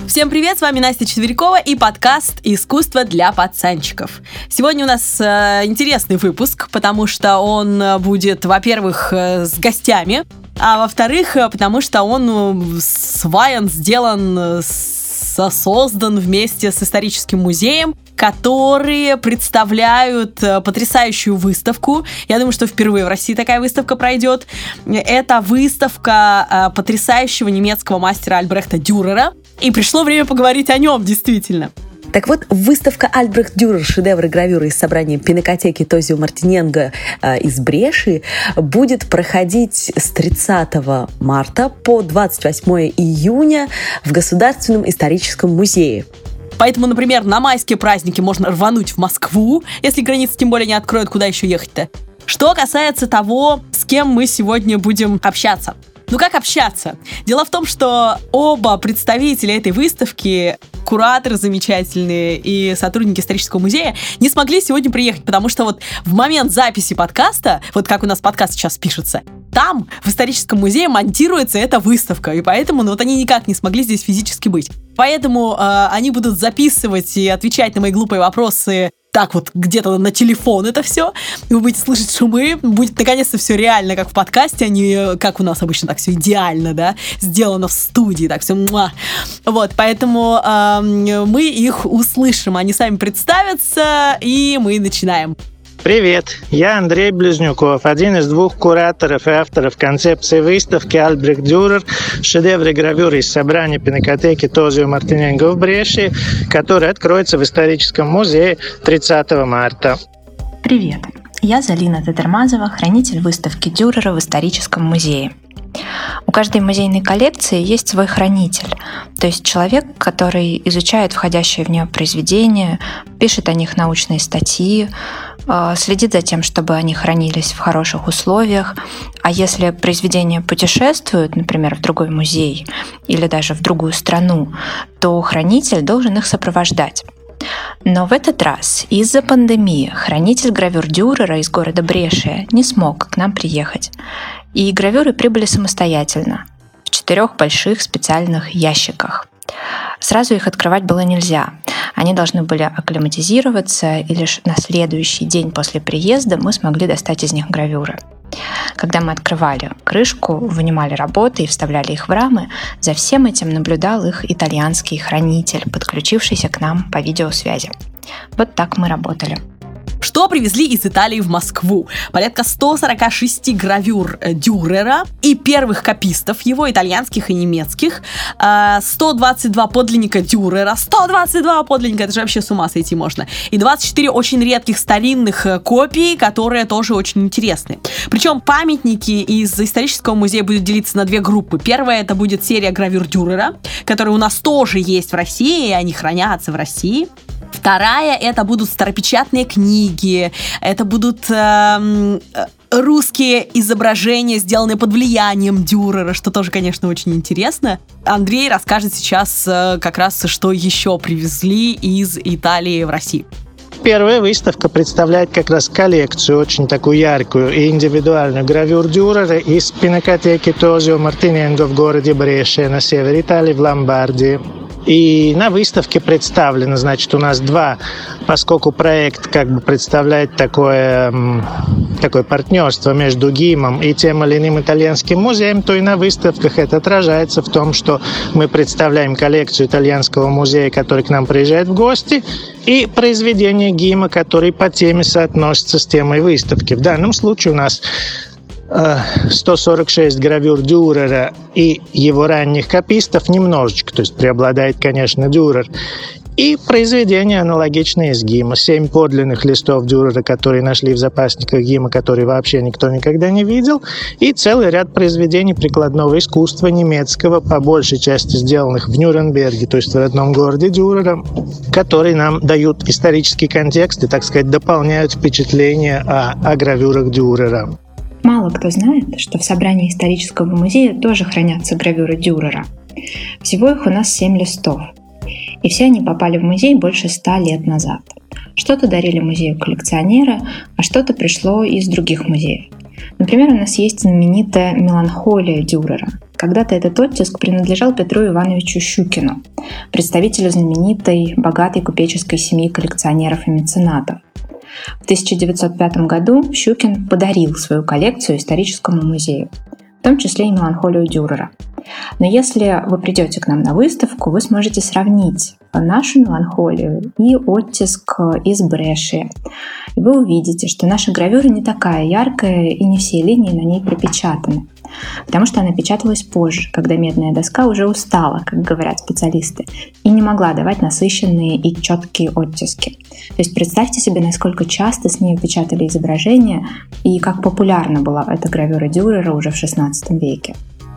Всем привет, с вами Настя Четверякова и подкаст «Искусство для пацанчиков». Сегодня у нас интересный выпуск, потому что он будет, во-первых, с гостями, а во-вторых, потому что он сделан, создан вместе с историческим музеем, которые представляют потрясающую выставку. Я думаю, что впервые в России такая выставка пройдет. Это выставка потрясающего немецкого мастера Альбрехта Дюрера. И пришло время поговорить о нем, действительно. Так вот, выставка Альбрехт Дюрер «Шедевры гравюры» из собрания пинакотеки Тозио Мартиненго из Бреши будет проходить с 30 марта по 28 июня в Государственном историческом музее. Поэтому, например, на майские праздники можно рвануть в Москву, если границы тем более не откроют, куда еще ехать-то. Что касается того, с кем мы сегодня будем общаться. Ну как общаться? Дело в том, что оба представителя этой выставки, кураторы замечательные и сотрудники исторического музея, не смогли сегодня приехать, потому что вот в момент записи подкаста, вот как у нас подкаст сейчас пишется, там, в историческом музее, монтируется эта выставка, и поэтому они никак не смогли здесь физически быть. Поэтому они будут записывать и отвечать на мои глупые вопросы так вот где-то на телефон это все, и вы будете слышать шумы, будет наконец-то все реально, как в подкасте, а не как у нас обычно так все идеально, да, сделано в студии, так все муа. Вот, поэтому мы их услышим, они сами представятся, и мы начинаем. Привет, я Андрей Близнюков, один из двух кураторов и авторов концепции выставки Альбрехт Дюрер «Шедевры гравюры» из собрания пинакотеки Тозио Мартиненго в Бреши, которая откроется в историческом музее 30 марта. Привет, я Залина Татермазова, хранитель выставки Дюрера в историческом музее. У каждой музейной коллекции есть свой хранитель, то есть человек, который изучает входящие в нее произведения, пишет о них научные статьи, следит за тем, чтобы они хранились в хороших условиях, а если произведения путешествуют, например, в другой музей или даже в другую страну, то хранитель должен их сопровождать. Но в этот раз из-за пандемии хранитель гравюр Дюрера из города Бреши не смог к нам приехать. И гравюры прибыли самостоятельно, в 4 больших специальных ящиках. Сразу их открывать было нельзя. Они должны были акклиматизироваться, и лишь на следующий день после приезда мы смогли достать из них гравюры. Когда мы открывали крышку, вынимали работы и вставляли их в рамы, за всем этим наблюдал их итальянский хранитель, подключившийся к нам по видеосвязи. Вот так мы работали. Что привезли из Италии в Москву? Порядка 146 гравюр Дюрера и первых копистов его, итальянских и немецких, 122 подлинника Дюрера, 122 подлинника, это же вообще с ума сойти можно, и 24 очень редких старинных копий, которые тоже очень интересны. Причем памятники из исторического музея будут делиться на 2 группы. Первая это будет серия гравюр Дюрера, которые у нас тоже есть в России, и они хранятся в России. Вторая это будут старопечатные книги, это будут русские изображения, сделанные под влиянием Дюрера, что тоже, конечно, очень интересно. Андрей расскажет сейчас как раз, что еще привезли из Италии в Россию. Первая выставка представляет как раз коллекцию, очень такую яркую и индивидуальную гравюр Дюрера из пинакотеки Тозио Мартиненго в городе Бреши на севере Италии, в Ломбардии. И на выставке представлено, значит, у нас 2, поскольку проект как бы представляет такое партнерство между ГИМом и тем или иным итальянским музеем, то и на выставках это отражается в том, что мы представляем коллекцию итальянского музея, который к нам приезжает в гости, и произведения ГИМа, которые по теме соотносятся с темой выставки. В данном случае у нас 146 гравюр Дюрера и его ранних копистов немножечко, то есть преобладает, конечно, Дюрер. И произведения аналогичные из ГИМа. 7 подлинных листов Дюрера, которые нашли в запасниках ГИМа, которые вообще никто никогда не видел. И целый ряд произведений прикладного искусства немецкого, по большей части сделанных в Нюрнберге, то есть в родном городе Дюрера, которые нам дают исторический контекст и, так сказать, дополняют впечатление о гравюрах Дюрера. Мало кто знает, что в собрании исторического музея тоже хранятся гравюры Дюрера. Всего их у нас 7 листов. И все они попали в музей больше 100 лет назад. Что-то дарили музею коллекционеры, а что-то пришло из других музеев. Например, у нас есть знаменитая «Меланхолия» Дюрера. Когда-то этот оттиск принадлежал Петру Ивановичу Щукину, представителю знаменитой богатой купеческой семьи коллекционеров и меценатов. В 1905 году Щукин подарил свою коллекцию историческому музею, в том числе и «Меланхолию» Дюрера. Но если вы придете к нам на выставку, вы сможете сравнить нашу «Меланхолию» и оттиск из Бреши. И вы увидите, что наша гравюра не такая яркая, и не все линии на ней пропечатаны, потому что она печаталась позже, когда медная доска уже устала, как говорят специалисты, и не могла давать насыщенные и четкие оттиски. То есть представьте себе, насколько часто с ней печатали изображения и как популярна была эта гравюра Дюрера уже в XVI веке.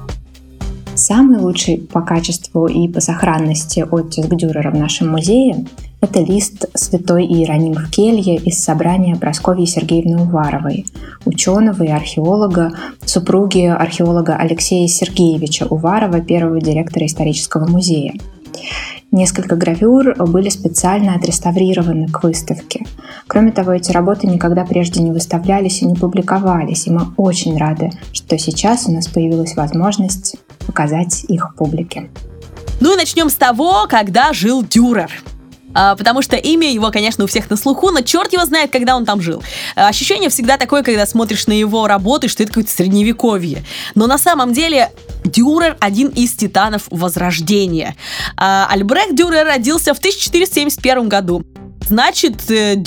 Самый лучший по качеству и по сохранности оттиск Дюрера в нашем музее – это лист святой Иероним в келье из собрания Прасковьи Сергеевны Уваровой, ученого и археолога, супруги археолога Алексея Сергеевича Уварова, первого директора исторического музея. Несколько гравюр были специально отреставрированы к выставке. Кроме того, эти работы никогда прежде не выставлялись и не публиковались, и мы очень рады, что сейчас у нас появилась возможность показать их публике. Ну и начнем с того, когда жил Дюрер. Потому что имя его, конечно, у всех на слуху, но черт его знает, когда он там жил. Ощущение всегда такое, когда смотришь на его работы, что это какое-то средневековье. Но на самом деле Дюрер – один из титанов Возрождения. Альбрехт Дюрер родился в 1471 году. Значит,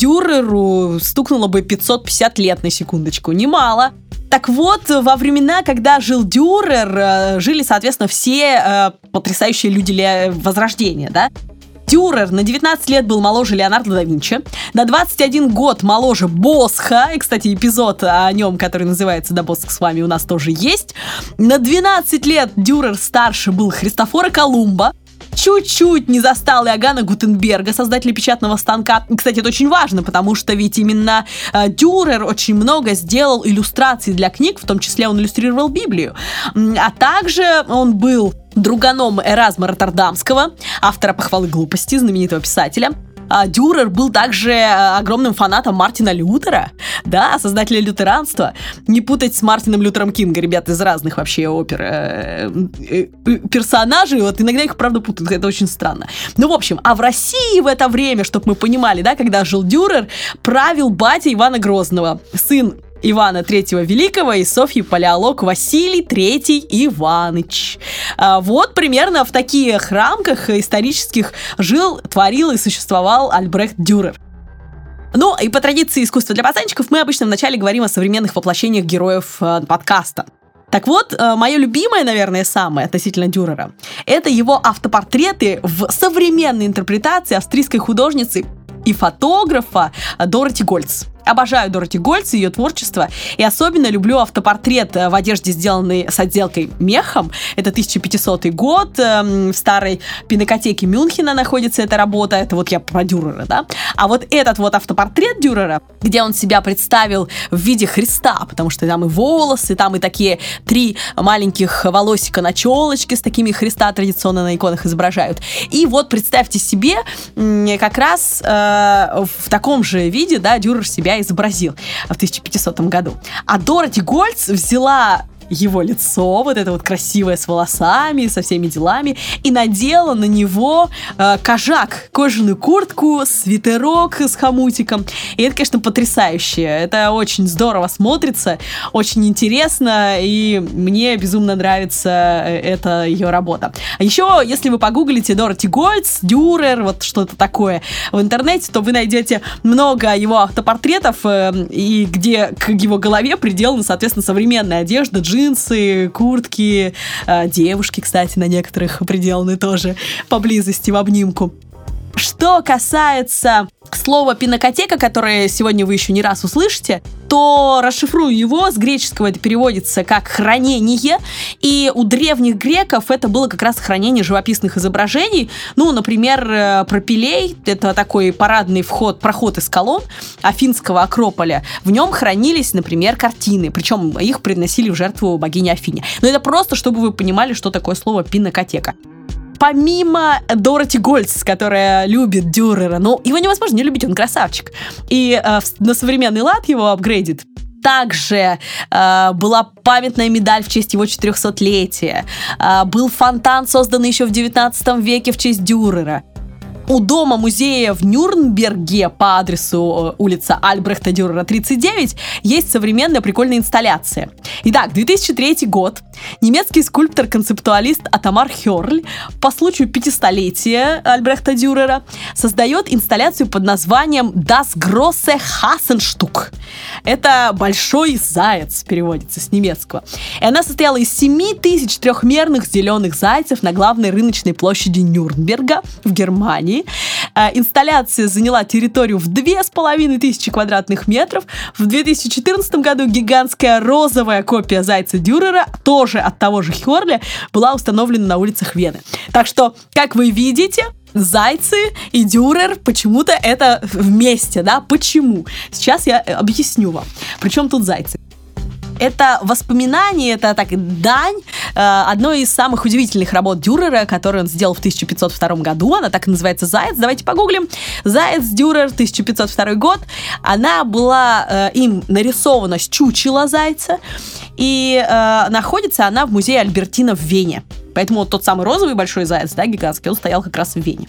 Дюреру стукнуло бы 550 лет, на секундочку. Немало. Так вот, во времена, когда жил Дюрер, жили, соответственно, все потрясающие люди Возрождения, да? Дюрер на 19 лет был моложе Леонардо да Винчи, на 21 год моложе Босха, и, кстати, эпизод о нем, который называется «Да, Босх с вами» у нас тоже есть. На 12 лет Дюрер старше был Христофора Колумба, чуть-чуть не застал Иоганна Гутенберга, создателя печатного станка. Кстати, это очень важно, потому что ведь именно Дюрер очень много сделал иллюстраций для книг, в том числе он иллюстрировал Библию. А также он был друганом Эразма Роттердамского, автора «Похвалы глупости», знаменитого писателя. Дюрер был также огромным фанатом Мартина Лютера, да, создателя лютеранства. Не путать с Мартином Лютером Кинга, ребята, из разных вообще опер персонажей. Вот иногда их, правда, путают, это очень странно. Ну, в общем, а в России в это время, чтобы мы понимали, да, когда жил Дюрер, правил батя Ивана Грозного, сын Ивана III Великого и Софьи Палеолог Василий III Иваныч. Вот примерно в таких рамках исторических жил, творил и существовал Альбрехт Дюрер. Ну, и по традиции искусства для пацанчиков мы обычно вначале говорим о современных воплощениях героев подкаста. Так вот, мое любимое, наверное, самое относительно Дюрера, это его автопортреты в современной интерпретации австрийской художницы и фотографа Дороти Гольц. Обожаю Дороти Гольц и ее творчество, и особенно люблю автопортрет в одежде, сделанный с отделкой мехом. Это 1500 год, в старой пинакотеке Мюнхена находится эта работа, это вот я про Дюрера, да? А вот этот вот автопортрет Дюрера, где он себя представил в виде Христа, потому что там и волосы, там и такие 3 маленьких волосика на челочке с такими Христа традиционно на иконах изображают. И вот представьте себе, как раз в таком же виде, да, Дюрер себя изобразил в 1500 году. А Дороти Гольц взяла его лицо, вот это вот красивое с волосами, со всеми делами, и надела на него кожак, кожаную куртку, свитерок с хомутиком. И это, конечно, потрясающе. Это очень здорово смотрится, очень интересно, и мне безумно нравится эта ее работа. А еще, если вы погуглите Дороти Гольц, Дюрер, вот что-то такое в интернете, то вы найдете много его автопортретов, и где к его голове приделана, соответственно, современная одежда, джинсы, куртки, девушки, кстати, на некоторых приделаны тоже поблизости в обнимку. Что касается слова «пинакотека», которое сегодня вы еще не раз услышите, то расшифрую его. С греческого это переводится как «хранение», и у древних греков это было как раз хранение живописных изображений. Ну, например, Пропилей, это такой парадный проход из колонн Афинского Акрополя. В нем хранились, например, картины, причем их приносили в жертву богине Афине. Но это просто, чтобы вы понимали, что такое слово «пинакотека». Помимо Дороти Гольц, которая любит Дюрера, но его невозможно не любить, он красавчик. И на современный лад его апгрейдит Также была памятная медаль в честь его 400-летия. Был фонтан, созданный еще в 19 веке в честь Дюрера. У дома-музея в Нюрнберге по адресу улица Альбрехта Дюрера, 39, есть современная прикольная инсталляция. Итак, 2003 год. Немецкий скульптор-концептуалист Атамар Хёрль по случаю 500-летия Альбрехта Дюрера создает инсталляцию под названием «Das große Hasenstück». Это «большой заяц» переводится с немецкого. И она состояла из 7000 трехмерных зеленых зайцев на главной рыночной площади Нюрнберга в Германии. Инсталляция заняла территорию в 2500 квадратных метров. В 2014 году гигантская розовая копия зайца Дюрера, тоже от того же Хёрля, была установлена на улицах Вены. Так что, как вы видите, зайцы и Дюрер почему-то это вместе, да? Почему? Сейчас я объясню вам. Причем тут зайцы? Это воспоминание, это дань одной из самых удивительных работ Дюрера, которую он сделал в 1502 году. Она так и называется «Заяц». Давайте погуглим. «Заяц Дюрер», 1502 год. Она была им нарисована с чучела зайца. И находится она в музее Альбертина в Вене. Поэтому вот тот самый розовый большой заяц, да, гигантский, он стоял как раз в Вене.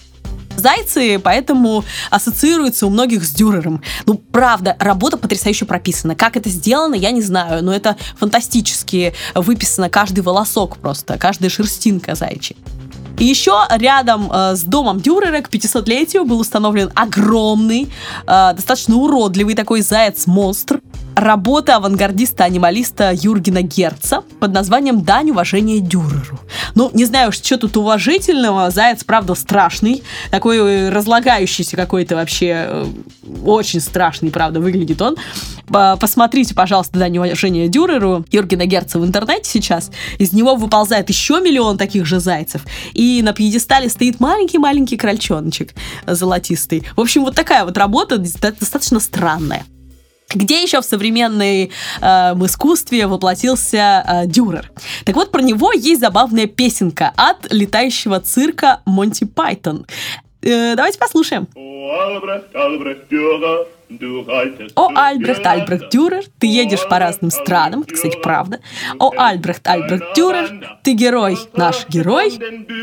Зайцы поэтому ассоциируются у многих с Дюрером. Ну, правда, работа потрясающе прописана. Как это сделано, я не знаю, но это фантастически выписано, каждый волосок просто, каждая шерстинка зайчья. И еще рядом с домом Дюрера к 500-летию был установлен огромный, достаточно уродливый такой заяц-монстр. Работа авангардиста-анималиста Юргена Герца под названием «Дань уважения Дюреру». Ну, не знаю, что тут уважительного. Заяц, правда, страшный. Такой разлагающийся какой-то вообще. Очень страшный, правда, выглядит он. Посмотрите, пожалуйста, «Дань уважения Дюреру» Юргена Герца в интернете сейчас. Из него выползает еще 1 миллион таких же зайцев. И на пьедестале стоит маленький-маленький крольчоночек золотистый. В общем, вот такая вот работа достаточно странная. Где еще в современном искусстве воплотился Дюрер? Так вот, про него есть забавная песенка от летающего цирка Монти Пайтон. Давайте послушаем. О, Альбрехт, Альбрехт Дюрер, ты едешь по разным странам. Это, кстати, правда. О, Альбрехт, Альбрехт Дюрер, ты герой, наш герой.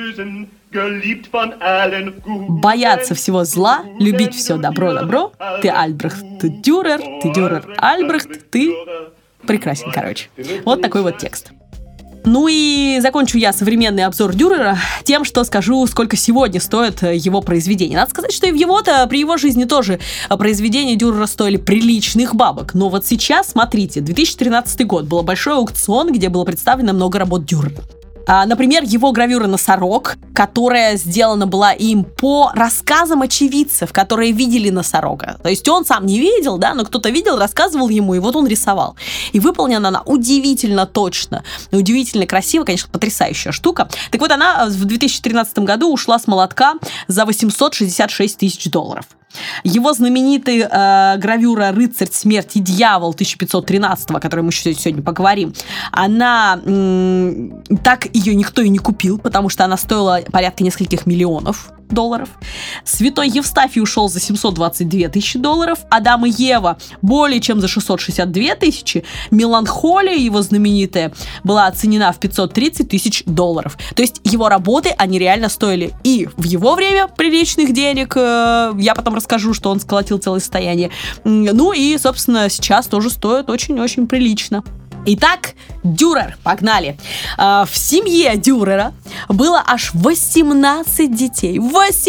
Бояться всего зла, любить все добро. Ты Альбрехт Дюрер, ты Дюрер Альбрехт, ты прекрасен, короче. Вот такой вот текст. Ну и закончу я современный обзор Дюрера тем, что скажу, сколько сегодня стоит его произведение. Надо сказать, что и при его жизни тоже произведения Дюрера стоили приличных бабок. Но вот сейчас, смотрите, 2013 год, был большой аукцион, где было представлено много работ Дюрера. Например, его гравюра «Носорог», которая сделана была им по рассказам очевидцев, которые видели носорога. То есть он сам не видел, да, но кто-то видел, рассказывал ему, и вот он рисовал. И выполнена она удивительно точно, удивительно красиво, конечно, потрясающая штука. Так вот, она в 2013 году ушла с молотка за $866 тысяч. Его знаменитая гравюра «Рыцарь, смерть и дьявол» 1513, о которой мы сегодня поговорим, она так ее никто и не купил, потому что она стоила порядка нескольких миллионов долларов. Святой Евстафий ушел за $722 тысячи. Адам и Ева более чем за 662 тысячи. Меланхолия, его знаменитая, была оценена в $530 тысяч. То есть его работы, они реально стоили и в его время приличных денег. Я потом расскажу, что он сколотил целое состояние. Ну и, собственно, сейчас тоже стоит очень-очень прилично. Итак, Дюрер, погнали. В семье Дюрера было аж 18 детей.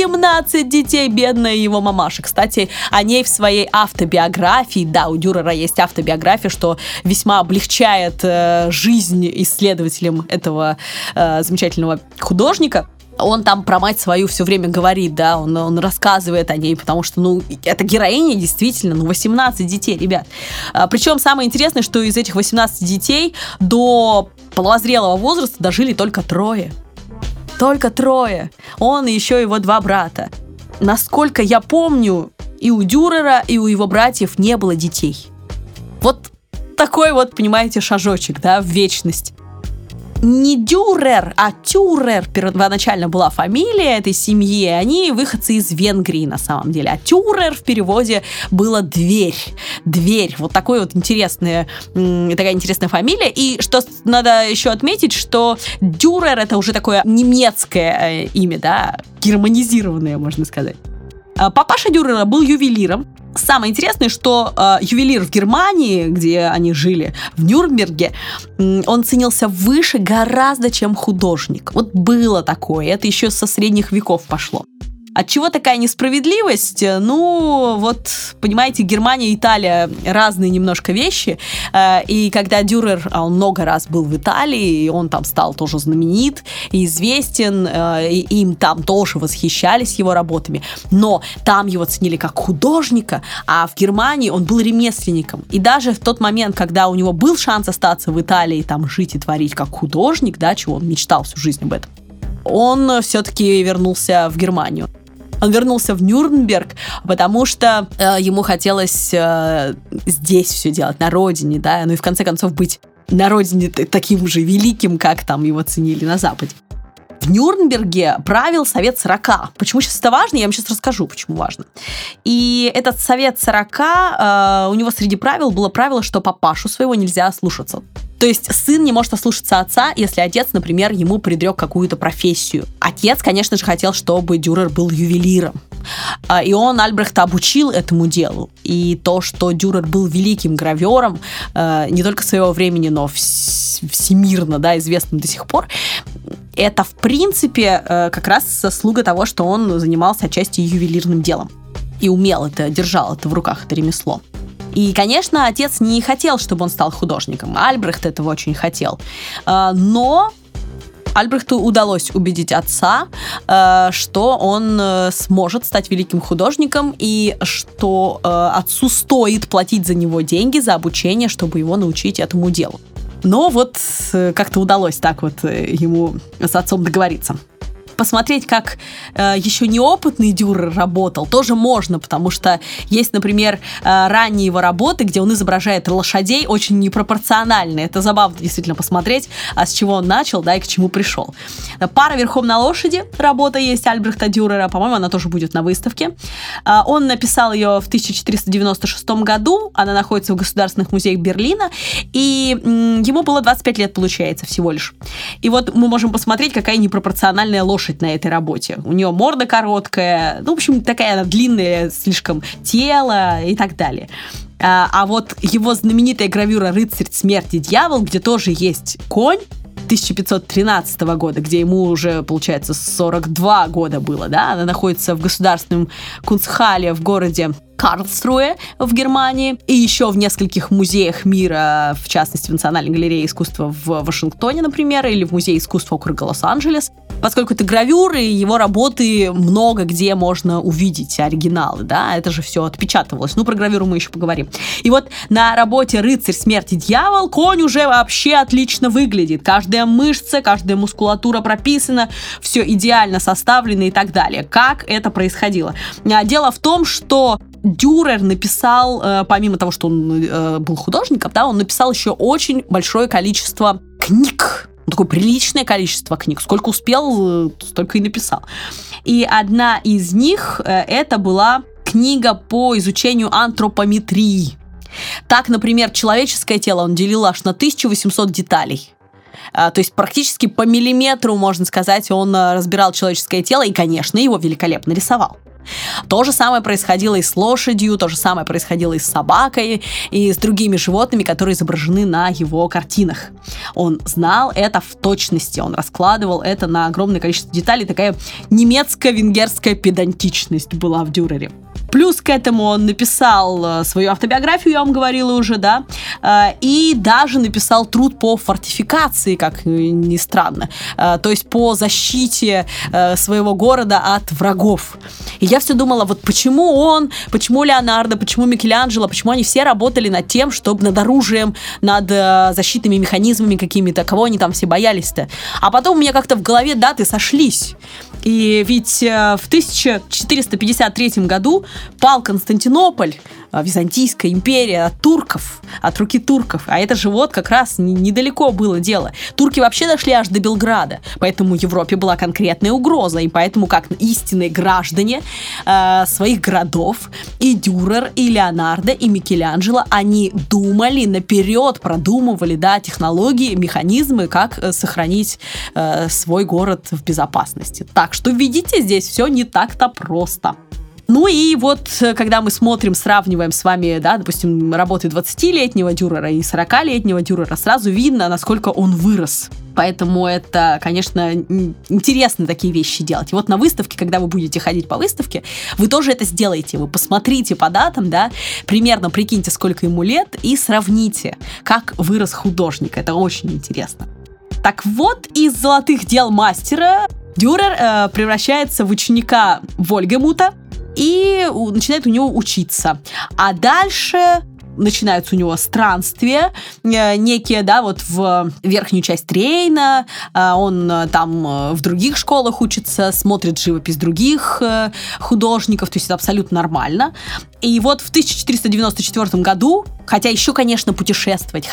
18 детей, бедная его мамаша. Кстати, о ней в своей автобиографии, да, у Дюрера есть автобиография, что весьма облегчает жизнь исследователям этого замечательного художника. Он там про мать свою все время говорит, да, он рассказывает о ней, потому что, это героиня действительно, 18 детей, ребят. Причем самое интересное, что из этих 18 детей до половозрелого возраста дожили только 3. Только 3. Он и еще его 2 брата. Насколько я помню, и у Дюрера, и у его братьев не было детей. Вот такой вот, понимаете, шажочек, да, в вечность. не Дюрер, а Тюрер первоначально была фамилия этой семьи. Они выходцы из Венгрии на самом деле. А Тюрер в переводе было дверь. Дверь. Вот такая интересная фамилия. И что надо еще отметить, что Дюрер — это уже такое немецкое имя, да, германизированное, можно сказать. Папаша Дюрера был ювелиром. Самое интересное, что ювелир в Германии, где они жили, в Нюрнберге, он ценился выше гораздо, чем художник. Вот было такое. Это еще со средних веков пошло. Отчего такая несправедливость? Ну, вот, понимаете, Германия и Италия разные немножко вещи. И когда Дюрер, он много раз был в Италии, и он там стал тоже знаменит и известен, и им там тоже восхищались его работами. Но там его ценили как художника, а в Германии он был ремесленником. И даже в тот момент, когда у него был шанс остаться в Италии, там жить и творить как художник, да, чего он мечтал всю жизнь об этом, он все-таки вернулся в Германию. Он вернулся в Нюрнберг, потому что ему хотелось здесь все делать, на родине, да, ну и в конце концов быть на родине таким же великим, как там его ценили на Западе. В Нюрнберге правил Совет 40. Почему сейчас это важно? Я вам сейчас расскажу, почему важно. И этот Совет 40, у него среди правил было правило, что папашу своего нельзя слушаться. То есть сын не может ослушаться отца, если отец, например, ему предрек какую-то профессию. Отец, конечно же, хотел, чтобы Дюрер был ювелиром. И он Альбрехта обучил этому делу. И то, что Дюрер был великим гравером, не только своего времени, но всемирно, да, известным до сих пор, это, в принципе, как раз заслуга того, что он занимался отчасти ювелирным делом. И умел это, держал это в руках, это ремесло. И, конечно, отец не хотел, чтобы он стал художником. Альбрехт этого очень хотел. Но Альбрехту удалось убедить отца, что он сможет стать великим художником и что отцу стоит платить за него деньги, за обучение, чтобы его научить этому делу. Но вот как-то удалось так вот ему с отцом договориться. Посмотреть, как еще неопытный Дюрер работал, тоже можно, потому что есть, например, ранние его работы, где он изображает лошадей очень непропорционально. Это забавно действительно посмотреть, с чего он начал, да, и к чему пришел. «Пара верхом на лошади» работа есть Альбрехта Дюрера, по-моему, она тоже будет на выставке. Он написал ее в 1496 году, она находится в Государственных музеях Берлина, и ему было 25 лет, получается, всего лишь. И вот мы можем посмотреть, какая непропорциональная лошадь на этой работе. У нее морда короткая, ну, в общем, такая она длинная, слишком тело и так далее. А вот его знаменитая гравюра «Рыцарь смерти дьявол», где тоже есть конь, 1513 года, где ему уже, получается, 42 года было, да, она находится в Государственном Кунстхалле в городе Карлсруэ в Германии и еще в нескольких музеях мира, в частности, в Национальной галерее искусства в Вашингтоне, например, или в Музее искусства округа Лос-Анджелес. Поскольку это гравюры, его работы много где можно увидеть, оригиналы, да, это же все отпечатывалось. Ну, про гравюру мы еще поговорим. И вот на работе «Рыцарь смерти дьявол» конь уже вообще отлично выглядит. Каждая мышца, каждая мускулатура прописана, все идеально составлено и так далее. Как это происходило? Дело в том, что Дюрер написал, помимо того, что он был художником, да, он написал еще очень большое количество книг. Такое приличное количество книг. Сколько успел, столько и написал. И одна из них это была книга по изучению антропометрии. Так, например, человеческое тело он делил аж на 1800 деталей. То есть практически по миллиметру, можно сказать, он разбирал человеческое тело и, конечно, его великолепно рисовал. То же самое происходило и с лошадью, то же самое происходило и с собакой, и с другими животными, которые изображены на его картинах. Он знал это в точности, он раскладывал это на огромное количество деталей. Такая немецко-венгерская педантичность была в Дюрере. Плюс к этому он написал свою автобиографию, я вам говорила уже, да, и даже написал труд по фортификации, как ни странно, то есть по защите своего города от врагов. И я все думала, вот почему он, почему Леонардо, почему Микеланджело, почему они все работали над тем, чтобы над оружием, над защитными механизмами какими-то, кого они там все боялись-то. А потом у меня как-то в голове даты сошлись. И ведь в 1453 году пал Константинополь, Византийская империя от турков, от руки турков. А это же вот как раз недалеко было дело. Турки вообще дошли аж до Белграда, поэтому Европе была конкретная угроза. И поэтому, как истинные граждане своих городов, и Дюрер, и Леонардо, и Микеланджело, они думали наперед, продумывали, да, технологии, механизмы, как сохранить свой город в безопасности. Так что, видите, здесь все не так-то просто. Ну и вот, когда мы смотрим, сравниваем с вами, да, допустим, работы 20-летнего Дюрера и 40-летнего Дюрера, сразу видно, насколько он вырос. Поэтому это, конечно, интересно такие вещи делать. И вот на выставке, когда вы будете ходить по выставке, вы тоже это сделаете. Вы посмотрите по датам, да, примерно прикиньте, сколько ему лет, и сравните, как вырос художник. Это очень интересно. Так вот, из золотых дел мастера Дюрер превращается в ученика Вольгемута и начинает у него учиться. А дальше начинаются у него странствия некие, да, вот в верхнюю часть Рейна, он там в других школах учится, смотрит живопись других художников, то есть это абсолютно нормально. И вот в 1494 году, хотя, путешествовать,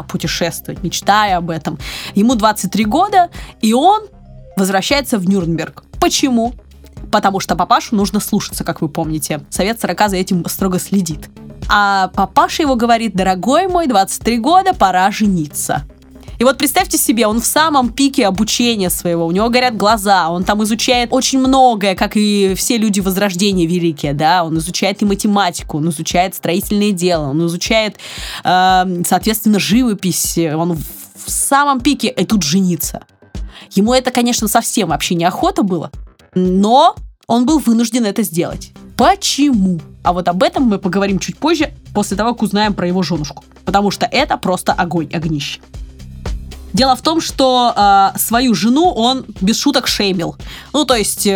мечтая об этом, ему 23 года, и он возвращается в Нюрнберг. Почему? Потому что папашу нужно слушаться, как вы помните. Совет 40 за этим строго следит. А папаша его говорит: дорогой мой, 23 года, пора жениться. И вот представьте себе, он в самом пике обучения своего, у него горят глаза, он там изучает очень многое, как и все люди Возрождения великие, да, он изучает и математику, он изучает строительные дела, он изучает, соответственно, живопись, он в самом пике, и тут жениться. Ему это, конечно, совсем вообще неохота было, но он был вынужден это сделать. Почему? А вот об этом мы поговорим чуть позже, после того, как узнаем про его женушку. Потому что это просто огонь, огнище. Дело в том, что свою жену он без шуток шеймил. Ну, то есть,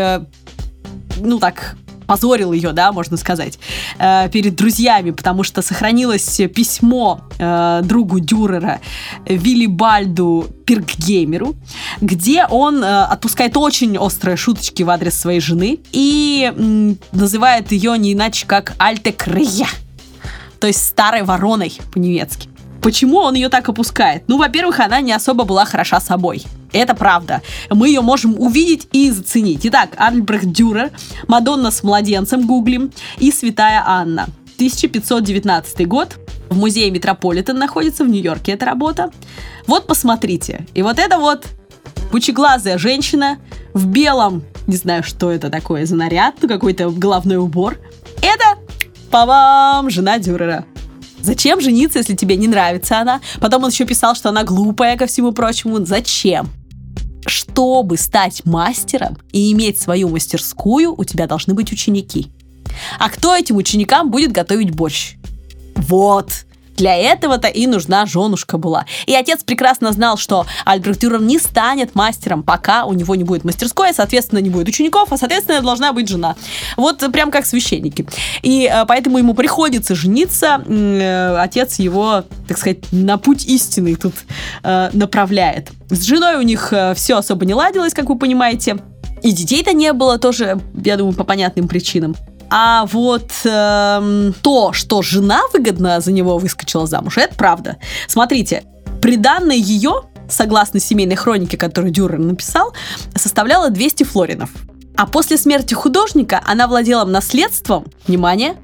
позорил ее, да, можно сказать, перед друзьями, потому что сохранилось письмо другу Дюрера Виллибальду Пиркгеймеру, где он отпускает очень острые шуточки в адрес своей жены и называет ее не иначе, как «Альте Крыя», то есть «старой вороной» по-немецки. Почему он ее так опускает? Ну, во-первых, она не особо была хороша собой. Это правда. Мы ее можем увидеть и заценить. Итак, Альбрехт Дюрер, «Мадонна с младенцем» гуглим, и «Святая Анна». 1519 год. В музее Метрополитен находится в Нью-Йорке эта работа. Вот посмотрите. И вот это вот пучеглазая женщина в белом, не знаю, что это такое за наряд, какой-то головной убор. Это, па-бам, жена Дюрера. Зачем жениться, если тебе не нравится она? Потом он еще писал, что она глупая, ко всему прочему. Зачем? Чтобы стать мастером и иметь свою мастерскую, у тебя должны быть ученики. А кто этим ученикам будет готовить борщ? Вот. Для этого-то и нужна женушка была. И отец прекрасно знал, что Альбрехт Дюрер не станет мастером, пока у него не будет мастерской, а, соответственно, не будет учеников, а, соответственно, должна быть жена. Вот прям как священники. И поэтому ему приходится жениться. Отец его, так сказать, на путь истинный тут направляет. С женой у них все особо не ладилось, как вы понимаете. И детей-то не было тоже, я думаю, по понятным причинам. А вот то, что жена выгодно за него выскочила замуж, это правда. Смотрите, приданное ее, согласно семейной хронике, которую Дюрер написал, составляло 200 флоринов. А после смерти художника она владела наследством, внимание,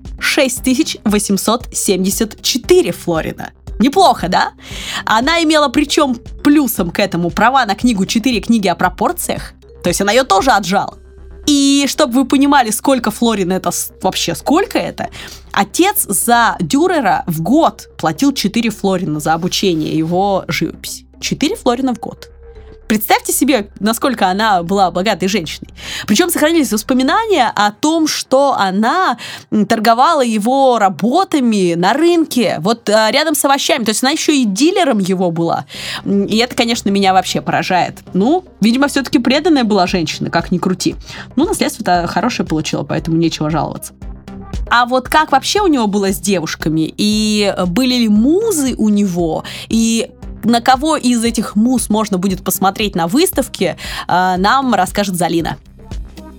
6874 флорина. Неплохо, да? Она имела, причем плюсом к этому, права на книгу «4 книги о пропорциях». То есть она ее тоже отжала. И чтобы вы понимали, сколько флорин это вообще, сколько это, отец за Дюрера в год платил 4 флорина за обучение его живописи. 4 флорина в год. Представьте себе, насколько она была богатой женщиной. Причем сохранились воспоминания о том, что она торговала его работами на рынке, вот рядом с овощами. То есть она еще и дилером его была. И это, конечно, меня вообще поражает. Ну, видимо, все-таки преданная была женщина, как ни крути. Ну, наследство-то хорошее получила, поэтому нечего жаловаться. А вот как вообще у него было с девушками? И были ли музы у него? И на кого из этих муз можно будет посмотреть на выставке, нам расскажет Залина.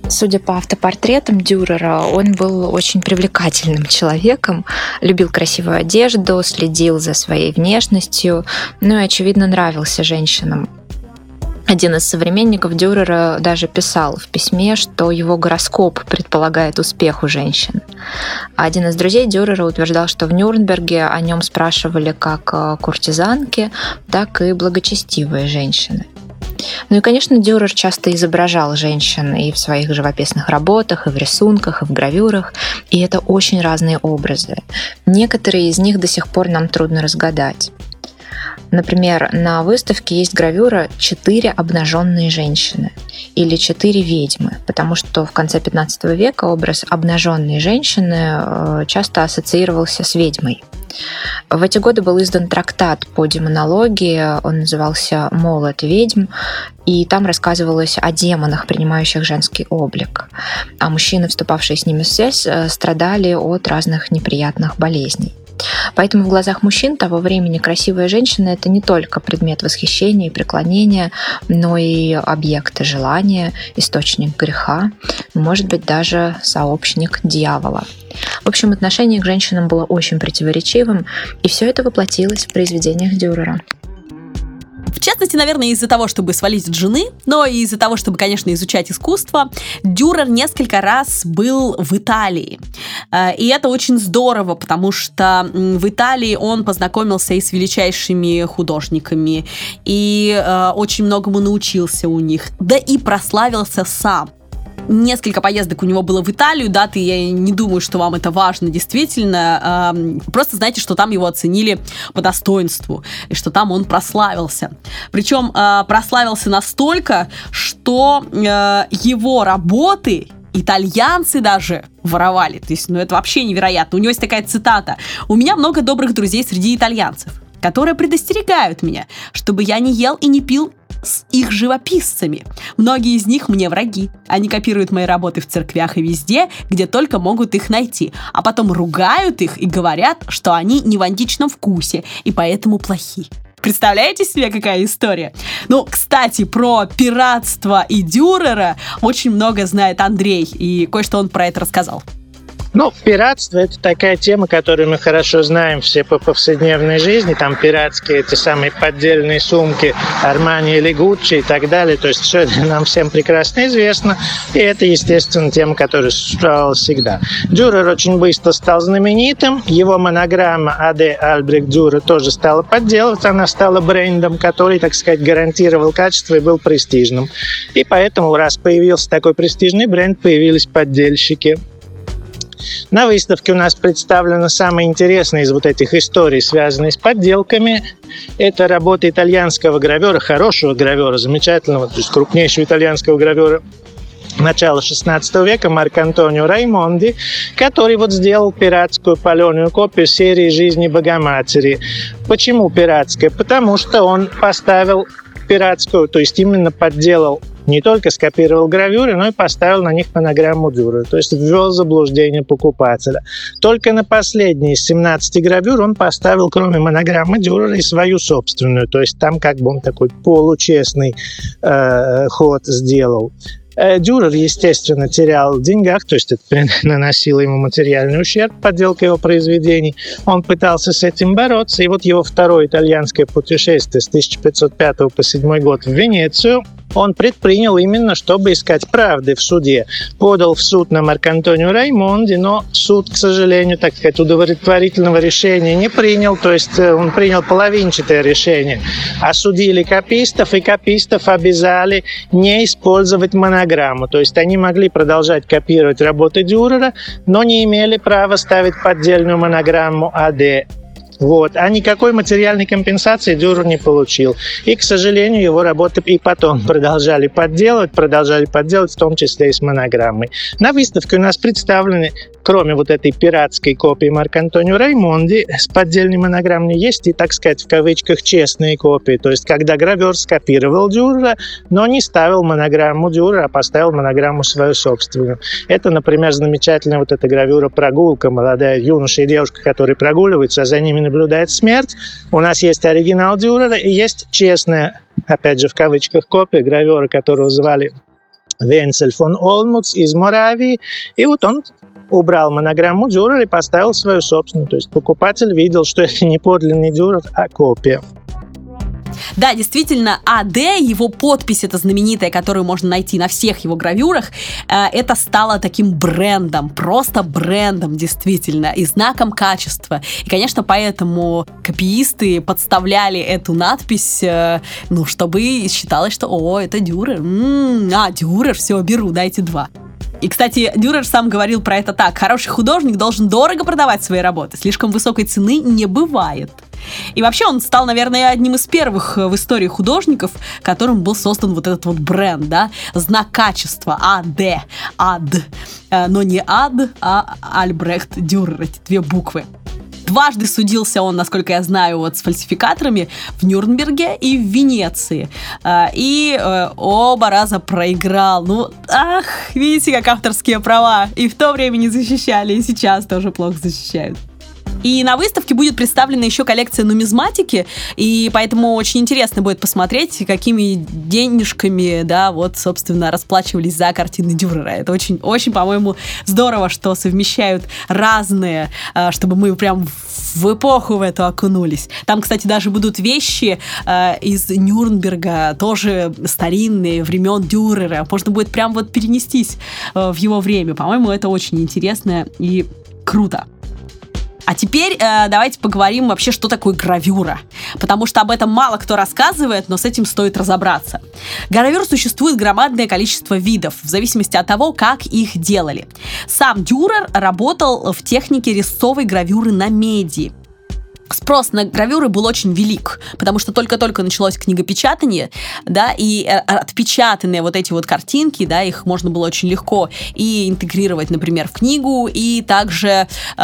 Судя по автопортретам Дюрера, он был очень привлекательным человеком, любил красивую одежду, следил за своей внешностью, ну и, очевидно, нравился женщинам. Один из современников Дюрера даже писал в письме, что его гороскоп предполагает успех у женщин. А один из друзей Дюрера утверждал, что в Нюрнберге о нем спрашивали как куртизанки, так и благочестивые женщины. Ну и, конечно, Дюрер часто изображал женщин и в своих живописных работах, и в рисунках, и в гравюрах, и это очень разные образы. Некоторые из них до сих пор нам трудно разгадать. Например, на выставке есть гравюра «4 обнаженные женщины» или «4 ведьмы», потому что в конце XV века образ обнаженной женщины часто ассоциировался с ведьмой. В эти годы был издан трактат по демонологии, он назывался «Молот ведьм», и там рассказывалось о демонах, принимающих женский облик. А мужчины, вступавшие с ними в связь, страдали от разных неприятных болезней. Поэтому в глазах мужчин того времени красивая женщина — это не только предмет восхищения и преклонения, но и объект желания, источник греха, может быть, даже сообщник дьявола. В общем, отношение к женщинам было очень противоречивым, и все это воплотилось в произведениях Дюрера. В частности, наверное, из-за того, чтобы свалить от жены, но и из-за того, чтобы, конечно, изучать искусство, Дюрер несколько раз был в Италии. И это очень здорово, потому что в Италии он познакомился и с величайшими художниками, и очень многому научился у них, да и прославился сам. Несколько поездок у него было в Италию, даты, я не думаю, что вам это важно действительно, просто знайте, что там его оценили по достоинству, и что там он прославился. Причем прославился настолько, что его работы итальянцы даже воровали. То есть, это вообще невероятно. У него есть такая цитата: «У меня много добрых друзей среди итальянцев, которые предостерегают меня, чтобы я не ел и не пил с их живописцами. Многие из них мне враги. Они копируют мои работы в церквях и везде, где только могут их найти, а потом ругают их и говорят, что они не в античном вкусе и поэтому плохи». Представляете себе, какая история? Кстати, про пиратство и Дюрера очень много знает Андрей, и кое-что он про это рассказал. Пиратство – это такая тема, которую мы хорошо знаем все по повседневной жизни. Там пиратские, эти самые поддельные сумки Армани или Гуччи и так далее. То есть все это нам всем прекрасно известно. И это, естественно, тема, которая существовала всегда. Дюрер очень быстро стал знаменитым. Его монограмма А.Д. Альбрехт Дюрер тоже стала подделываться. Она стала брендом, который, так сказать, гарантировал качество и был престижным. И поэтому, раз появился такой престижный бренд, появились поддельщики. На выставке у нас представлена самая интересная из этих историй, связанных с подделками. Это работа итальянского гравера, хорошего гравера, замечательного, то есть крупнейшего итальянского гравера начала XVI века Марко Антонио Раймонди, который сделал пиратскую паленую копию серии «Жизни Богоматери». Почему пиратская? Потому что он поставил пиратскую, то есть именно подделал, не только скопировал гравюры, но и поставил на них монограмму Дюрера, то есть ввел в заблуждение покупателя. Только на последние из 17 гравюр он поставил, кроме монограммы Дюрера, и свою собственную, то есть там он такой получестный ход сделал. Дюрер, естественно, терял в деньгах, то есть это наносило ему материальный ущерб, подделка его произведений. Он пытался с этим бороться, и его второе итальянское путешествие с 1505 по 1507 год в Венецию он предпринял именно, чтобы искать правды в суде. Подал в суд на Марко Антонио Раймонди, но суд, к сожалению, так сказать, удовлетворительного решения не принял, то есть он принял половинчатое решение. Осудили копистов, и копистов обязали не использовать монограмму, то есть они могли продолжать копировать работы Дюрера, но не имели права ставить поддельную монограмму А.Д. А никакой материальной компенсации Дюрер не получил. И, к сожалению, его работы и потом продолжали подделывать, в том числе и с монограммой. На выставке у нас представлены, кроме этой пиратской копии Марко Антонио Раймонди, с поддельной монограммой есть и, так сказать, в кавычках, честные копии. То есть, когда гравер скопировал Дюрера, но не ставил монограмму Дюрера, а поставил монограмму свою собственную. Это, например, замечательная эта гравюра «Прогулка». Молодая юноша и девушка, которые прогуливаются, а за ними наблюдает смерть. У нас есть оригинал Дюрера и есть честная, опять же, в кавычках, копия гравера, которого звали Венцель фон Олмутц из Моравии. И вот он убрал монограмму Дюрер и поставил свою собственную. То есть покупатель видел, что это не подлинный Дюрер, а копия. Да, действительно, АД, его подпись, эта знаменитая, которую можно найти на всех его гравюрах, это стало таким брендом, просто брендом, действительно, и знаком качества. И, конечно, поэтому копиисты подставляли эту надпись, чтобы считалось, что, это Дюрер. Дюрер, все, беру, дайте 2. И, кстати, Дюрер сам говорил про это так: хороший художник должен дорого продавать свои работы, слишком высокой цены не бывает. И вообще он стал, наверное, одним из первых в истории художников, которым был создан вот этот вот бренд, да, знак качества, АД, но не ад, а Альбрехт Дюрер, эти 2 буквы. Дважды судился он, насколько я знаю, с фальсификаторами в Нюрнберге и в Венеции. И оба раза проиграл. Видите, как авторские права и в то время не защищали, и сейчас тоже плохо защищают. И на выставке будет представлена еще коллекция нумизматики, и поэтому очень интересно будет посмотреть, какими денежками, собственно, расплачивались за картины Дюрера. Это очень, очень, по-моему, здорово, что совмещают разные, чтобы мы прям в эпоху в эту окунулись. Там, кстати, даже будут вещи из Нюрнберга, тоже старинные, времен Дюрера. Можно будет прям перенестись в его время. По-моему, это очень интересно и круто. А теперь давайте поговорим вообще, что такое гравюра. Потому что об этом мало кто рассказывает, но с этим стоит разобраться. Гравюр существует громадное количество видов, в зависимости от того, как их делали. Сам Дюрер работал в технике резцовой гравюры на меди. Спрос на гравюры был очень велик, потому что только-только началось книгопечатание, и отпечатанные эти картинки, их можно было очень легко и интегрировать, например, в книгу, и также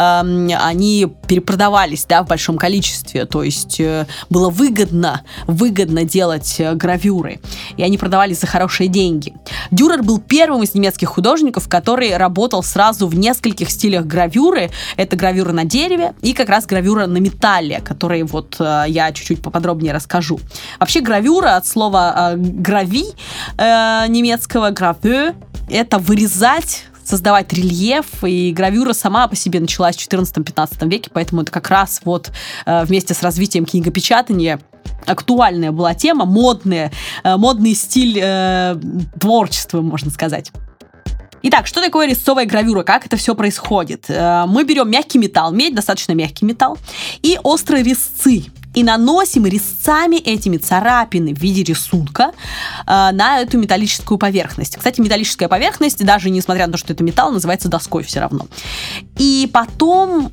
они перепродавались, в большом количестве, то есть было выгодно делать гравюры, и они продавались за хорошие деньги. Дюрер был первым из немецких художников, который работал сразу в нескольких стилях гравюры. Это гравюра на дереве и как раз гравюра на металле, которые я чуть-чуть поподробнее расскажу. Вообще гравюра от слова грави немецкого гравю — это вырезать, создавать рельеф, и гравюра сама по себе началась в 14-15 веке, поэтому это как раз вместе с развитием книгопечатания актуальная была тема, модный стиль творчества, можно сказать. Итак, что такое резцовая гравюра? Как это все происходит? Мы берем мягкий металл, медь достаточно мягкий металл, и острые резцы. И наносим резцами этими царапины в виде рисунка на эту металлическую поверхность. Кстати, металлическая поверхность, даже несмотря на то, что это металл, называется доской все равно. И потом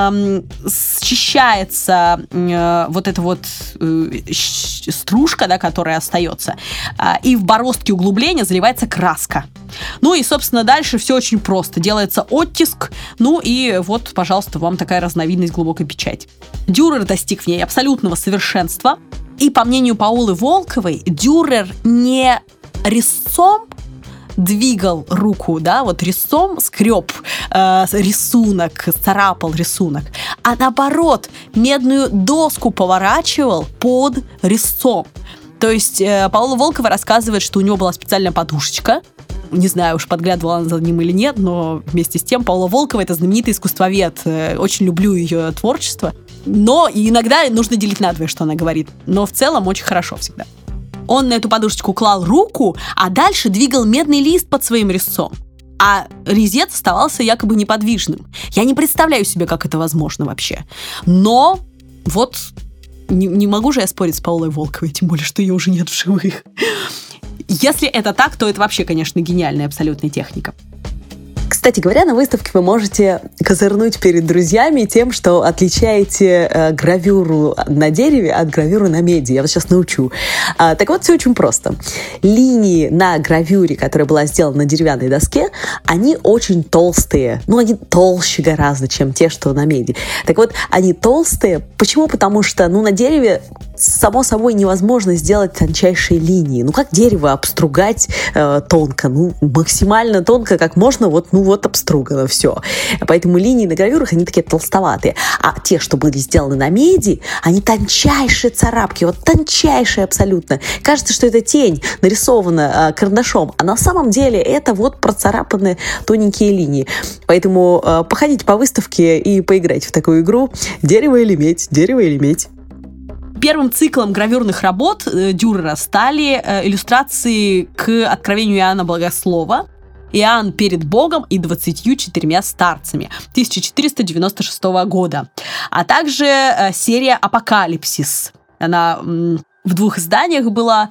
счищается эта стружка, которая остается, и в бороздке углубления заливается краска. И, собственно, дальше все очень просто. Делается оттиск, и пожалуйста, вам такая разновидность глубокой печати. Дюрер достиг в ней абсолютного совершенства. И, по мнению Паолы Волковой, Дюрер не резцом двигал руку, резцом скреб рисунок, царапал рисунок, а наоборот, медную доску поворачивал под резцом. То есть Паола Волкова рассказывает, что у него была специальная подушечка. Не знаю, уж подглядывала она за ним или нет, но вместе с тем Паула Волкова — это знаменитый искусствовед. Очень люблю ее творчество. Но иногда нужно делить надвое, что она говорит. Но в целом очень хорошо всегда. Он на эту подушечку клал руку, а дальше двигал медный лист под своим резцом. А резец оставался якобы неподвижным. Я не представляю себе, как это возможно вообще. Но не могу же я спорить с Паолой Волковой, тем более, что ее уже нет в живых. Если это так, то это вообще, конечно, гениальная абсолютная техника. Кстати говоря, на выставке вы можете козырнуть перед друзьями тем, что отличаете гравюру на дереве от гравюры на меди. Я вас сейчас научу. Так вот, все очень просто. Линии на гравюре, которая была сделана на деревянной доске, они очень толстые. Они толще гораздо, чем те, что на меди. Так вот, они толстые. Почему? Потому что, на дереве само собой невозможно сделать тончайшие линии. Ну, как дерево обстругать тонко? Ну, максимально тонко, как можно, вот обстругано все. Поэтому линии на гравюрах, они такие толстоватые. А те, что были сделаны на меди, они тончайшие царапки, вот тончайшие абсолютно. Кажется, что это тень нарисована карандашом, а на самом деле это вот процарапанные тоненькие линии. Поэтому походите по выставке и поиграйте в такую игру «Дерево или медь?», «Дерево или медь?». Первым циклом гравюрных работ Дюрера стали иллюстрации к откровению Иоанна Богослова «Иоанн перед Богом и 24 старцами» 1496 года, а также серия «Апокалипсис». Она в 2 изданиях была,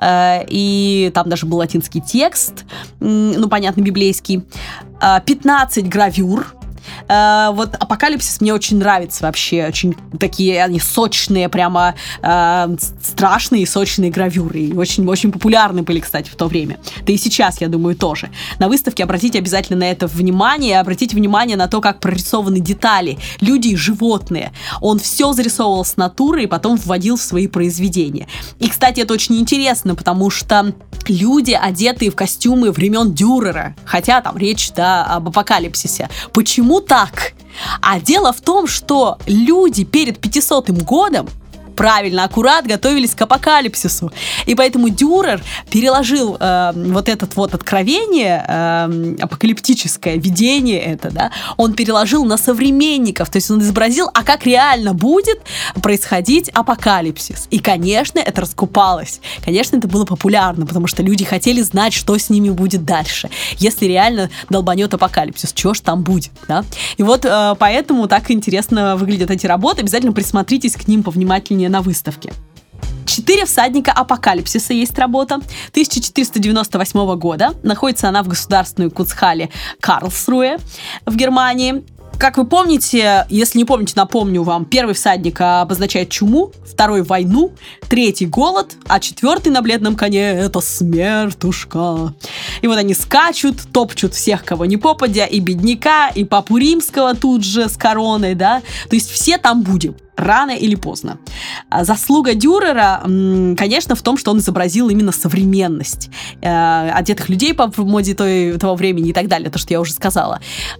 и там даже был латинский текст, ну, понятно, библейский, 15 гравюр. Вот «Апокалипсис» мне очень нравится вообще. Очень такие они сочные, прямо страшные сочные гравюры. И очень популярны были, кстати, в то время. Да и сейчас, я думаю, тоже. На выставке обратите обязательно на это внимание. Обратите внимание на то, как прорисованы детали. Люди и животные. Он все зарисовывал с натуры и потом вводил в свои произведения. И, кстати, это очень интересно, потому что люди, одетые в костюмы времен Дюрера, хотя там речь, да, об апокалипсисе. Почему так? А дело в том, что люди перед 500-м годом правильно, аккурат готовились к апокалипсису. И поэтому Дюрер переложил вот это вот откровение, апокалиптическое видение это, да, он переложил на современников. То есть он изобразил, а как реально будет происходить апокалипсис. И, конечно, это раскупалось. Конечно, это было популярно, потому что люди хотели знать, что с ними будет дальше. Если реально долбанет апокалипсис, что ж там будет, да? И вот поэтому так интересно выглядят эти работы. Обязательно присмотритесь к ним повнимательнее на выставке. 4 всадника апокалипсиса есть работа 1498 года. Находится она в государственной Кунстхалле Карлсруэ в Германии. Как вы помните, если не помните, напомню вам, 1 всадник обозначает чуму, 2 войну, 3 голод, а 4 на бледном коне это смертушка. И вот они скачут, топчут всех, кого не попадя, и бедняка, и папу римского тут же с короной, да, то есть все там будем. Рано или поздно. Заслуга Дюрера, конечно, в том, что он изобразил именно современность одетых людей по моде того времени и так далее, то, что я уже сказала.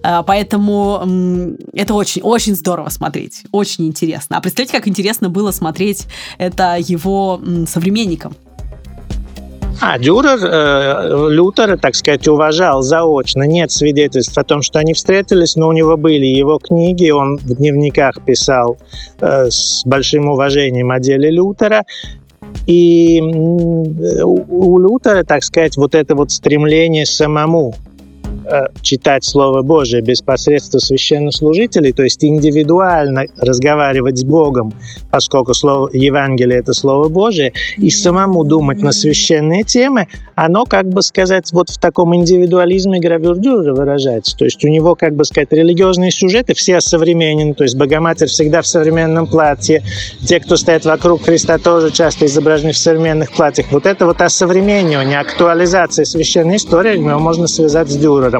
Поэтому это очень здорово смотреть, очень интересно. А представьте, как интересно было смотреть это его современникам. Дюрер Лютера, так сказать, уважал заочно. Нет свидетельств о том, что они встретились, но у него были его книги, он в дневниках писал с большим уважением о деле Лютера. И у Лютера, так сказать, вот это вот стремление самому читать Слово Божие без посредства священнослужителей, то есть индивидуально разговаривать с Богом, поскольку Евангелие — это Слово Божие, и самому думать на священные темы, оно, как бы сказать, вот в таком индивидуализме гравюр Дюрера выражается. То есть у него, как бы сказать, религиозные сюжеты все осовременены, то есть Богоматерь всегда в современном платье, те, кто стоят вокруг Христа, тоже часто изображены в современных платьях. Вот это вот осовременивание, актуализация священной истории, его можно связать с Дюрером.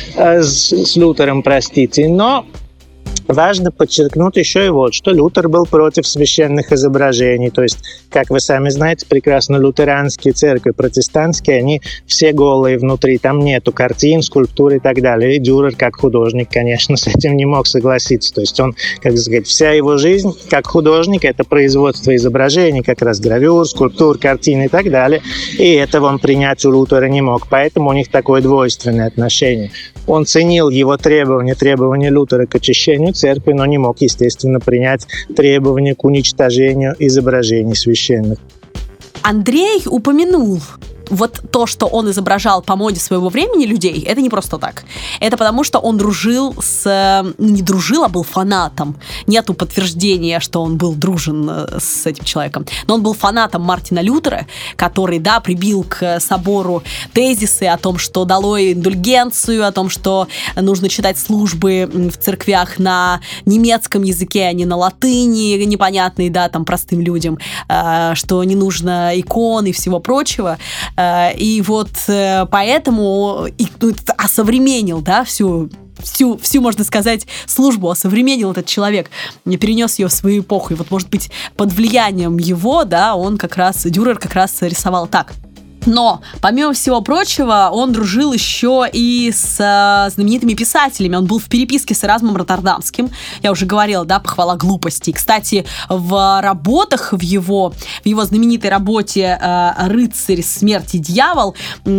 С Лютером, простите. Но важно подчеркнуть еще и вот, что Лютер был против священных изображений. То есть, как вы сами знаете прекрасно, лютеранские церкви, протестантские, они все голые внутри. Там нету картин, скульптур и так далее. И Дюрер, как художник, конечно, с этим не мог согласиться. То есть он, как сказать, вся его жизнь как художник — это производство изображений, как раз гравюр, скульптур, картин и так далее. И этого он принять у Лютера не мог. Поэтому у них такое двойственное отношение. Он ценил его требования Лютера к очищению церкви, но не мог, естественно, принять требования к уничтожению изображений священных. Андрей упомянул вот то, что он изображал по моде своего времени людей, это не просто так. Это потому, что он дружил не дружил, а был фанатом. Нету подтверждения, что он был дружен с этим человеком. Но он был фанатом Мартина Лютера, который, да, прибил к собору тезисы о том, что долой индульгенцию, о том, что нужно читать службы в церквях на немецком языке, а не на латыни, непонятной, да, там, простым людям, что не нужно икон и всего прочего. И вот поэтому осовременил, да, всю всю, можно сказать, службу осовременил этот человек, перенес ее в свою эпоху. И вот, может быть, под влиянием его, да, Дюрер как раз рисовал так. Но, помимо всего прочего, он дружил еще и с знаменитыми писателями. Он был в переписке с Эразмом Роттердамским. Я уже говорила, да, «Похвала глупости». Кстати, в работах, в его знаменитой работе «Рыцарь смерти дьявол»,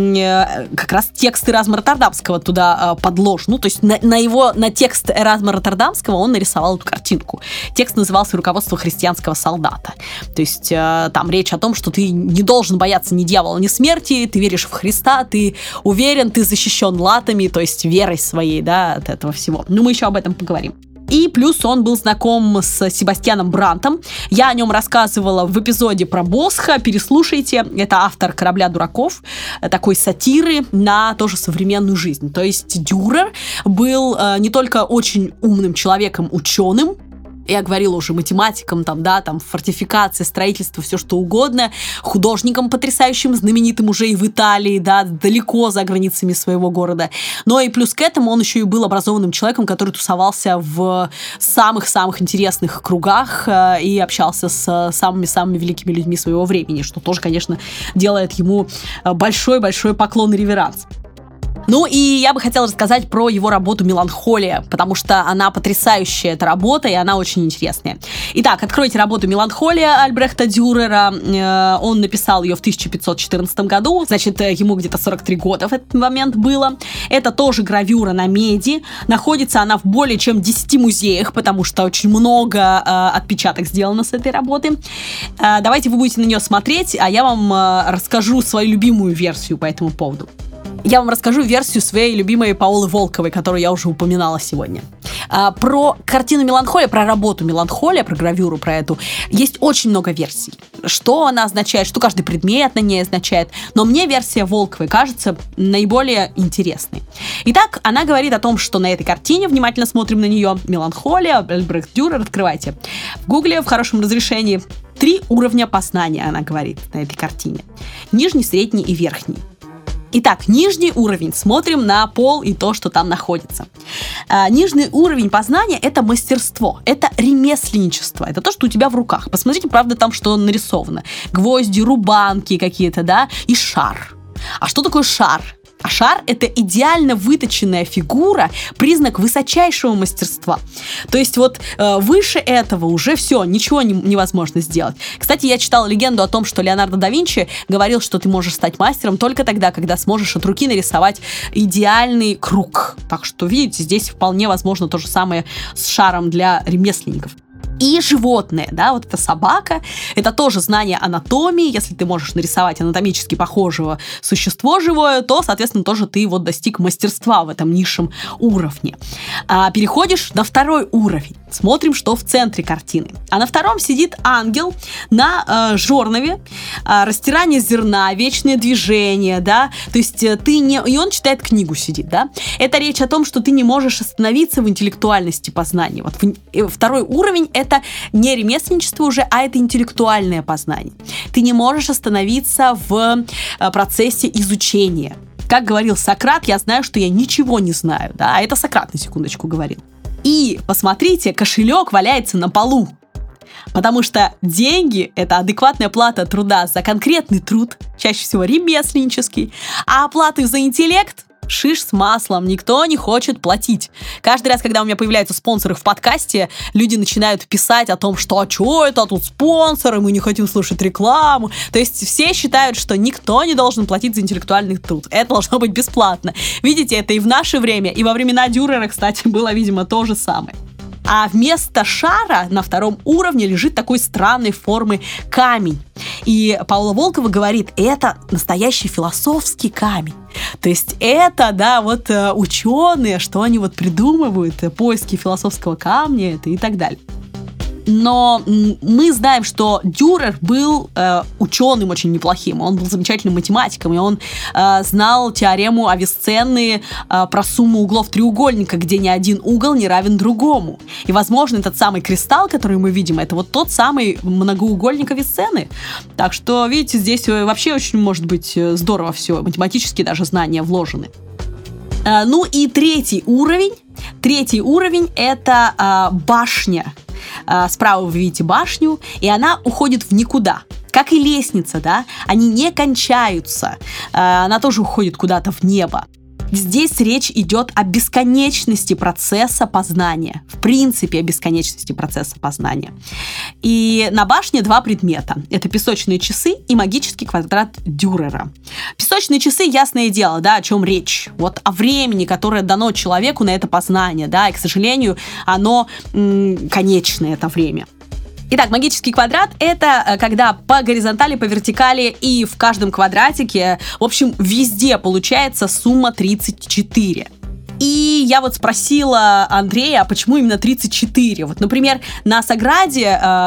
как раз текст Эразма Роттердамского туда подложен. Ну, то есть на текст Эразма Роттердамского он нарисовал эту картинку. Текст назывался «Руководство христианского солдата». То есть там речь о том, что ты не должен бояться ни дьявола, ни смерти, ты веришь в Христа, ты уверен, ты защищен латами, то есть верой своей, да, от этого всего. Но мы еще об этом поговорим. И плюс он был знаком с Себастьяном Брантом. Я о нем рассказывала в эпизоде про Босха. Переслушайте. Это автор «Корабля дураков», такой сатиры на тоже современную жизнь. То есть Дюрер был не только очень умным человеком, ученым, я говорила уже, математиком, фортификация, строительство, все что угодно, художником потрясающим, знаменитым уже и в Италии, да, далеко за границами своего города. Но и плюс к этому он еще и был образованным человеком, который тусовался в самых-самых интересных кругах и общался с самыми-самыми великими людьми своего времени, что тоже, конечно, делает ему большой-большой поклон и реверанс. Ну и я бы хотела рассказать про его работу «Меланхолия», потому что она потрясающая, эта работа, и она очень интересная. Итак, откройте работу «Меланхолия» Альбрехта Дюрера. Он написал ее в 1514 году, значит, ему где-то 43 года в этот момент было. Это тоже гравюра на меди. Находится она в более чем 10 музеях, потому что очень много отпечаток сделано с этой работы. Давайте вы будете на нее смотреть, а я вам расскажу свою любимую версию по этому поводу. Я вам расскажу версию своей любимой Паолы Волковой, которую я уже упоминала сегодня. Про картину «Меланхолия», про работу «Меланхолия», про гравюру, про эту, есть очень много версий. Что она означает, что каждый предмет на ней означает. Но мне версия Волковой кажется наиболее интересной. Итак, она говорит о том, что на этой картине, внимательно смотрим на нее, «Меланхолия», Альбрехт Дюрер, открывайте в Гугле в хорошем разрешении. 3 уровня познания, она говорит, на этой картине. Нижний, средний и верхний. Итак, нижний уровень. Смотрим на пол и то, что там находится. Нижний уровень познания – это мастерство, это ремесленничество, это то, что у тебя в руках. Посмотрите, правда, там что нарисовано. Гвозди, рубанки какие-то, да, и шар. А что такое шар? А шар – это идеально выточенная фигура, признак высочайшего мастерства. То есть вот выше этого уже все, ничего невозможно сделать. Кстати, я читала легенду о том, что Леонардо да Винчи говорил, что ты можешь стать мастером только тогда, когда сможешь от руки нарисовать идеальный круг. Так что, видите, здесь вполне возможно то же самое с шаром для ремесленников. И животное, да, вот эта собака, это тоже знание анатомии. Если ты можешь нарисовать анатомически похожего существо живое, то, соответственно, тоже ты вот достиг мастерства в этом низшем уровне. Переходишь на 2 уровень. Смотрим, что в центре картины. А на 2 сидит ангел на жернове, растирание зерна, вечное движение, да, то есть ты не... И он читает книгу, сидит, да. Это речь о том, что ты не можешь остановиться в интеллектуальности познания. Вот 2 уровень — это не ремесленничество уже, а это интеллектуальное познание. Ты не можешь остановиться в процессе изучения. Как говорил Сократ, я знаю, что я ничего не знаю, да, а это Сократ, на секундочку, говорил. И посмотрите, кошелек валяется на полу. Потому что деньги – это адекватная плата труда за конкретный труд, чаще всего ремесленнический, а оплаты за интеллект – шиш с маслом, никто не хочет платить. Каждый раз, когда у меня появляются спонсоры в подкасте, люди начинают писать о том, что «а чё это, тут спонсоры, мы не хотим слушать рекламу». То есть все считают, что никто не должен платить за интеллектуальный труд. Это должно быть бесплатно. Видите, это и в наше время, и во времена Дюрера, кстати, было, видимо, то же самое. А вместо шара на 2 уровне лежит такой странной формы камень. И Паула Волкова говорит, это настоящий философский камень. То есть это, да, вот ученые, что они вот придумывают, поиски философского камня это и так далее. Но мы знаем, что Дюрер был ученым очень неплохим, он был замечательным математиком, и он знал теорему Авиценны про сумму углов треугольника, где ни один угол не равен другому. И, возможно, этот самый кристалл, который мы видим, это вот тот самый многоугольник Авиценны. Так что, видите, здесь вообще очень может быть здорово все, математические даже знания вложены. Ну и 3 уровень Третий уровень — это башня. Справа вы видите башню, и она уходит в никуда. Как и лестница, да, они не кончаются. Она тоже уходит куда-то в небо. Здесь речь идет о бесконечности процесса познания. В принципе, о бесконечности процесса познания. И на башне 2 предмета. Это песочные часы и магический квадрат Дюрера. Песочные часы, ясное дело, да, о чем речь. Вот о времени, которое дано человеку на это познание, да, и, к сожалению, оно конечное, это время. Итак, магический квадрат — это когда по горизонтали, по вертикали и в каждом квадратике, в общем, везде получается сумма 34. И я вот спросила Андрея, а почему именно 34? Вот, например, на Саграде,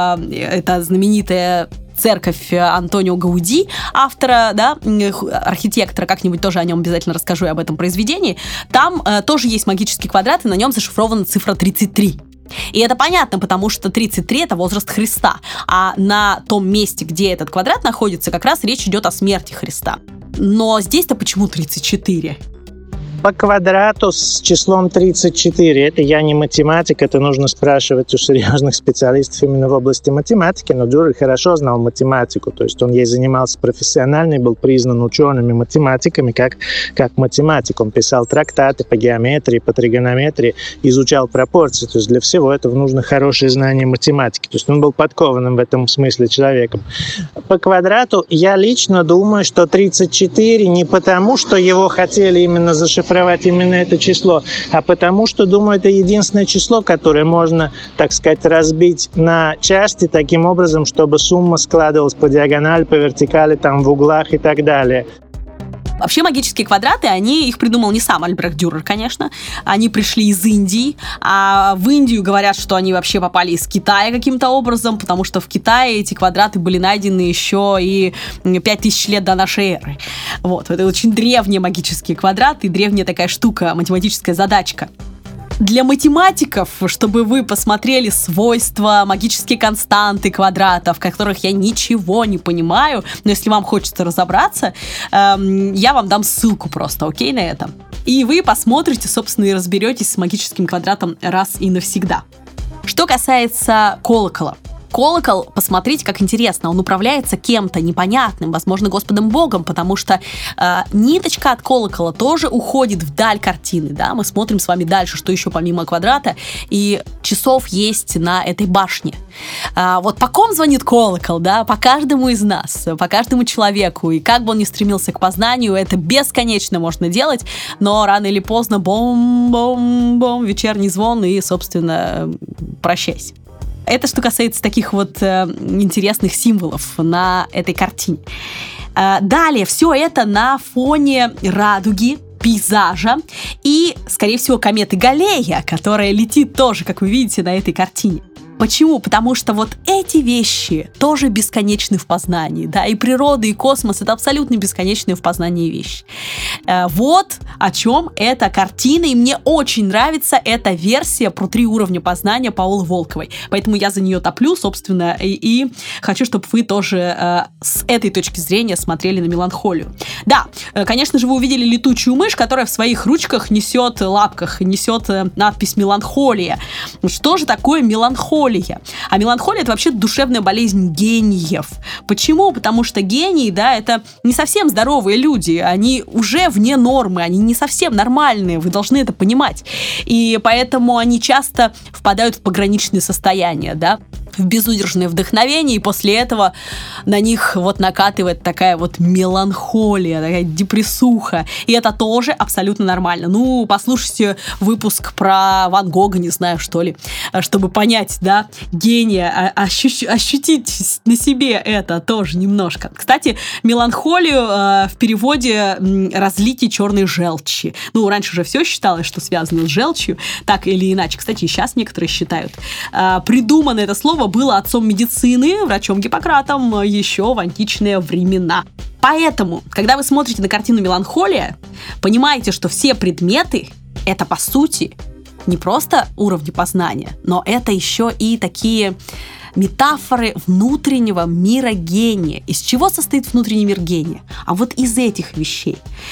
это знаменитая церковь Антонио Гауди, автора, да, архитектора, как-нибудь тоже о нем обязательно расскажу, об этом произведении, там тоже есть магический квадрат, и на нем зашифрована цифра 33. И это понятно, потому что 33 — это возраст Христа, а на том месте, где этот квадрат находится, как раз речь идет о смерти Христа. Но здесь-то почему 34? По квадрату с числом 34. Это я не математик, это нужно спрашивать у серьезных специалистов именно в области математики, но Дюрер хорошо знал математику, то есть он ей занимался профессионально и был признан учеными математиками как математик. Он писал трактаты по геометрии, по тригонометрии, изучал пропорции, то есть для всего этого нужно хорошее знание математики, то есть он был подкованным в этом смысле человеком. По квадрату я лично думаю, что 34 не потому, что его хотели именно зашифровать именно это число, а потому что, думаю, это единственное число, которое можно, так сказать, разбить на части таким образом, чтобы сумма складывалась по диагонали, по вертикали, там в углах и так далее. Вообще магические квадраты, их придумал не сам Альбрехт Дюрер, конечно. Они пришли из Индии, а в Индию говорят, что они вообще попали из Китая каким-то образом, потому что в Китае эти квадраты были найдены еще и 5000 лет до нашей эры. Вот, это очень древние магические квадраты, древняя такая штука, математическая задачка. Для математиков, чтобы вы посмотрели свойства, магические константы квадратов, в которых я ничего не понимаю, но если вам хочется разобраться, я вам дам ссылку просто, окей, на это. И вы посмотрите, собственно, и разберетесь с магическим квадратом раз и навсегда. Что касается колокола. Колокол, посмотрите, как интересно, он управляется кем-то непонятным, возможно, Господом Богом, потому что ниточка от колокола тоже уходит вдаль картины, да, мы смотрим с вами дальше, что еще помимо квадрата, и часов есть на этой башне. Вот по ком звонит колокол, да, по каждому из нас, по каждому человеку, и как бы он ни стремился к познанию, это бесконечно можно делать, но рано или поздно бом-бом-бом, вечерний звон и, собственно, прощайся. Это что касается таких вот интересных символов на этой картине. Далее, все это на фоне радуги, пейзажа и, скорее всего, кометы Галлея, которая летит тоже, как вы видите, на этой картине. Почему? Потому что вот эти вещи тоже бесконечны в познании, да, и природа, и космос — это абсолютно бесконечные в познании вещи. Вот о чем эта картина, и мне очень нравится эта версия про 3 уровня познания Паолы Волковой, поэтому я за нее топлю, собственно, и хочу, чтобы вы тоже с этой точки зрения смотрели на меланхолию. Да, конечно же, вы увидели летучую мышь, которая в своих лапках несет надпись «Меланхолия». Что же такое меланхолия? А меланхолия — это вообще душевная болезнь гениев. Почему? Потому что гении, да, это не совсем здоровые люди, они уже вне нормы, они не совсем нормальные, вы должны это понимать. И поэтому они часто впадают в пограничные состояния, да, в безудержное вдохновение, и после этого на них вот накатывает такая вот меланхолия, такая депрессуха, и это тоже абсолютно нормально. Ну, послушайте выпуск про Ван Гога, не знаю, что ли, чтобы понять, да, гения, ощутить на себе это тоже немножко. Кстати, меланхолию в переводе разлитие черной желчи. Ну, раньше уже все считалось, что связано с желчью, так или иначе. Кстати, и сейчас некоторые считают. Придумано это слово было отцом медицины, врачом Гиппократом, еще в античные времена. Поэтому, когда вы смотрите на картину «Меланхолия», понимаете, что все предметы — это, по сути, не просто уровни познания, но это еще и такие метафоры внутреннего мира гения. Из чего состоит внутренний мир гения? А вот из этих вещей.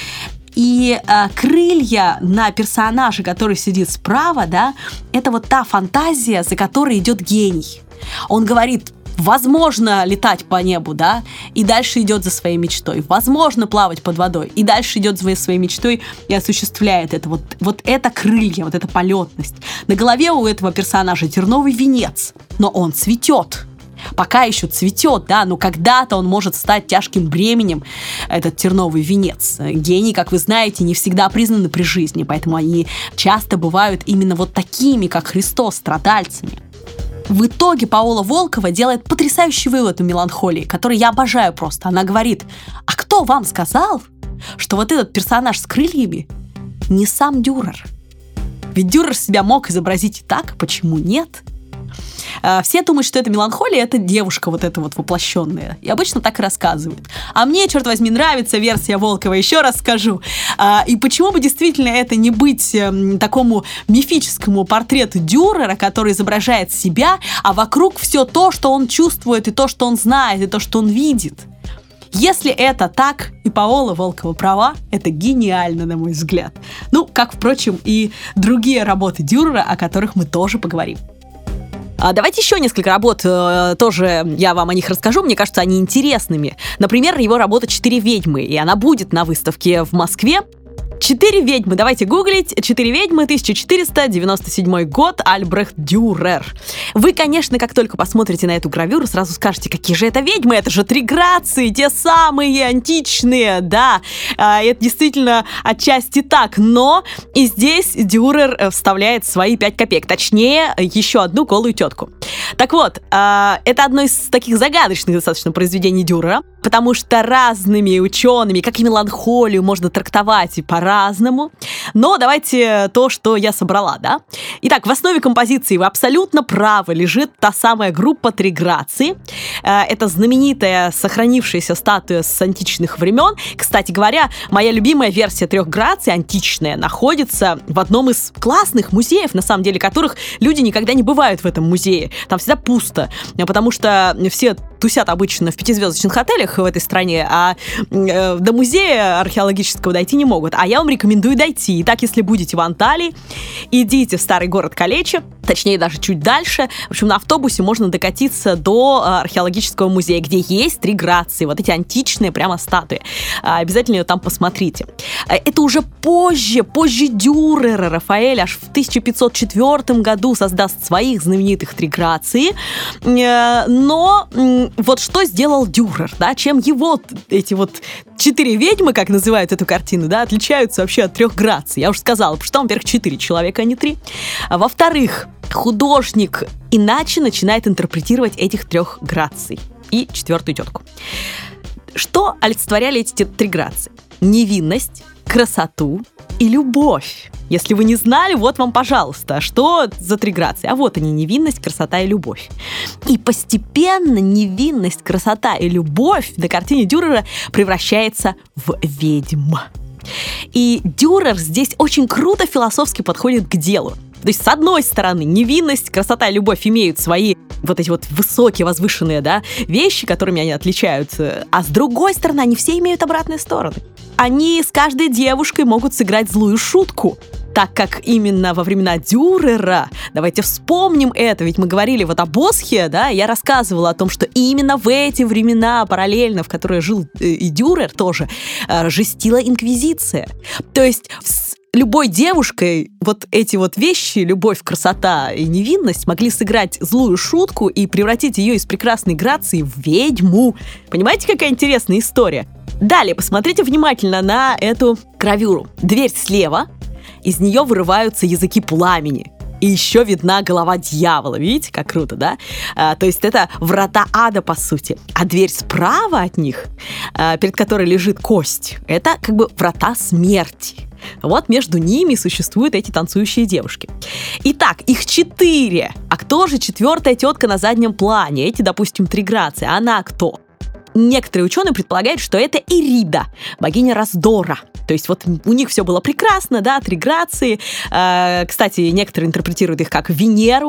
И крылья на персонаже, который сидит справа, да, это вот та фантазия, за которой идет гений. Он говорит: возможно летать по небу, да, и дальше идет за своей мечтой. Возможно плавать под водой, и дальше идет за своей мечтой и осуществляет это. Вот это крылья, вот эта полетность. На голове у этого персонажа терновый венец, но он цветет. Пока еще цветет, да, но когда-то он может стать тяжким бременем, этот терновый венец. Гении, как вы знаете, не всегда признаны при жизни, поэтому они часто бывают именно вот такими, как Христос, страдальцами. В итоге Паола Волкова делает потрясающий вывод у «Меланхолии», который я обожаю просто. Она говорит: а кто вам сказал, что вот этот персонаж с крыльями не сам Дюрер? Ведь Дюрер себя мог изобразить и так, почему нет? Все думают, что это «Меланхолия» — это девушка вот эта вот воплощенная. И обычно так и рассказывают. А мне, черт возьми, нравится версия Волкова, еще раз скажу. И почему бы действительно это не быть такому мифическому портрету Дюрера, который изображает себя, а вокруг все то, что он чувствует, и то, что он знает, и то, что он видит. Если это так, и Паола Волкова права, это гениально, на мой взгляд. Ну, как, впрочем, и другие работы Дюрера, о которых мы тоже поговорим. Давайте еще несколько работ, тоже я вам о них расскажу, мне кажется, они интересными. Например, его работа «Четыре ведьмы», и она будет на выставке в Москве. «Четыре ведьмы», давайте гуглить. «Четыре ведьмы», 1497 год, Альбрехт Дюрер. Вы, конечно, как только посмотрите на эту гравюру, сразу скажете: какие же это ведьмы? Это же три Грации, те самые античные, да. Это действительно отчасти так, но и здесь Дюрер вставляет свои 5 копеек, точнее, еще одну голую тетку. Так вот, это одно из таких загадочных достаточно произведений Дюрера, потому что разными учеными, как и «Меланхолию», можно трактовать и по-разному. Но давайте то, что я собрала, да? Итак, в основе композиции, вы абсолютно правы, лежит та самая группа «Три Грации». Это знаменитая сохранившаяся статуя с античных времен. Кстати говоря, моя любимая версия «Трех Граций», античная, находится в одном из классных музеев, на самом деле, которых люди никогда не бывают в этом музее. Там всегда пусто, потому что все тусят обычно в 5-звездочных отелях в этой стране, а до музея археологического дойти не могут. А я вам рекомендую дойти. Итак, если будете в Анталии, идите в старый город Калечи, точнее, даже чуть дальше. В общем, на автобусе можно докатиться до археологического музея, где есть Три Грации, вот эти античные прямо статуи. Обязательно ее там посмотрите. Это уже позже Дюрера Рафаэль аж в 1504 году создаст своих знаменитых Три Грации. Но вот что сделал Дюрер, да, чем его эти вот 4 ведьмы, как называют эту картину, да, отличаются вообще от Трех Граций. Я уже сказала, потому что там, во-первых, 4 человека, а не 3. Во-вторых, художник иначе начинает интерпретировать этих 3 Граций и 4-ю тетку. Что олицетворяли эти 3 Грации? Невинность, красоту и любовь. Если вы не знали, вот вам, пожалуйста, что за 3 Грации. А вот они: невинность, красота и любовь. И постепенно невинность, красота и любовь на картине Дюрера превращается в ведьм. И Дюрер здесь очень круто философски подходит к делу. То есть, с одной стороны, невинность, красота и любовь имеют свои вот эти вот высокие, возвышенные, да, вещи, которыми они отличаются. А с другой стороны, они все имеют обратные стороны. Они с каждой девушкой могут сыграть злую шутку. Так как именно во времена Дюрера, давайте вспомним это, ведь мы говорили вот о Босхе, да, я рассказывала о том, что именно в эти времена, параллельно, в которые жил и Дюрер тоже, жестила инквизиция. То есть с любой девушкой вот эти вот вещи, любовь, красота и невинность, могли сыграть злую шутку и превратить ее из прекрасной Грации в ведьму. Понимаете, какая интересная история? Далее, посмотрите внимательно на эту гравюру. Дверь слева, из нее вырываются языки пламени. И еще видна голова дьявола. Видите, как круто, да? То есть это врата ада, по сути. А дверь справа от них, перед которой лежит кость, это как бы врата смерти. Вот между ними существуют эти танцующие девушки. Итак, их 4. А кто же 4-я тетка на заднем плане? Эти, допустим, 3 Грации. Она кто? Некоторые ученые предполагают, что это Ирида, богиня раздора. То есть вот у них все было прекрасно, да, 3 Грации. Кстати, некоторые интерпретируют их как Венеру.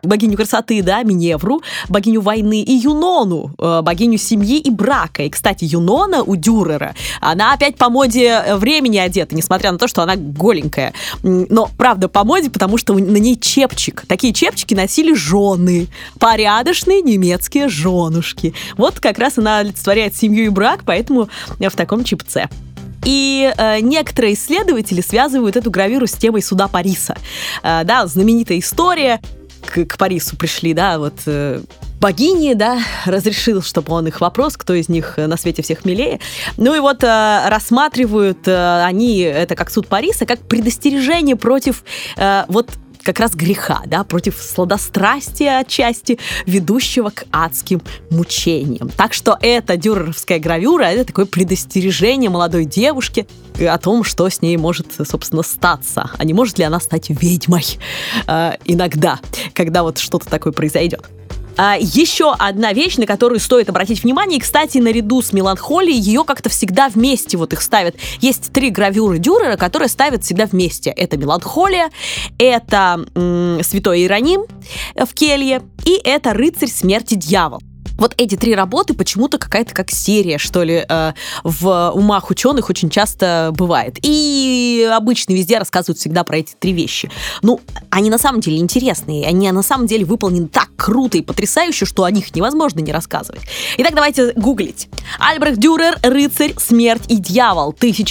богиню красоты, да, Миневру, богиню войны, и Юнону, богиню семьи и брака. И, кстати, Юнона у Дюрера, она опять по моде времени одета, несмотря на то, что она голенькая. Но, правда, по моде, потому что на ней чепчик. Такие чепчики носили жены. Порядочные немецкие женушки. Вот как раз она олицетворяет семью и брак, поэтому в таком чепце. И некоторые исследователи связывают эту гравюру с темой суда Париса. Да, знаменитая история. К Парису пришли, да, вот богини, да, разрешил, чтобы он их вопрос, кто из них на свете всех милее. Ну и вот рассматривают они это как суд Париса, как предостережение против вот как раз греха, да, против сладострастия отчасти, ведущего к адским мучениям. Так что эта дюреровская гравюра — это такое предостережение молодой девушке о том, что с ней может, собственно, статься. А не может ли она стать ведьмой иногда, когда вот что-то такое произойдет. Еще одна вещь, на которую стоит обратить внимание, и, кстати, наряду с меланхолией ее как-то всегда вместе вот их ставят. Есть 3 гравюры Дюрера, которые ставят всегда вместе. Это меланхолия, это святой Иероним в келье, и это рыцарь смерти дьявол. Вот эти 3 работы почему-то какая-то как серия, что ли, в умах ученых очень часто бывает. И обычно везде рассказывают всегда про эти 3 вещи. Ну, они на самом деле интересные, они на самом деле выполнены так круто и потрясающе, что о них невозможно не рассказывать. Итак, давайте гуглить. Альбрехт Дюрер, «Рыцарь, смерть и дьявол»,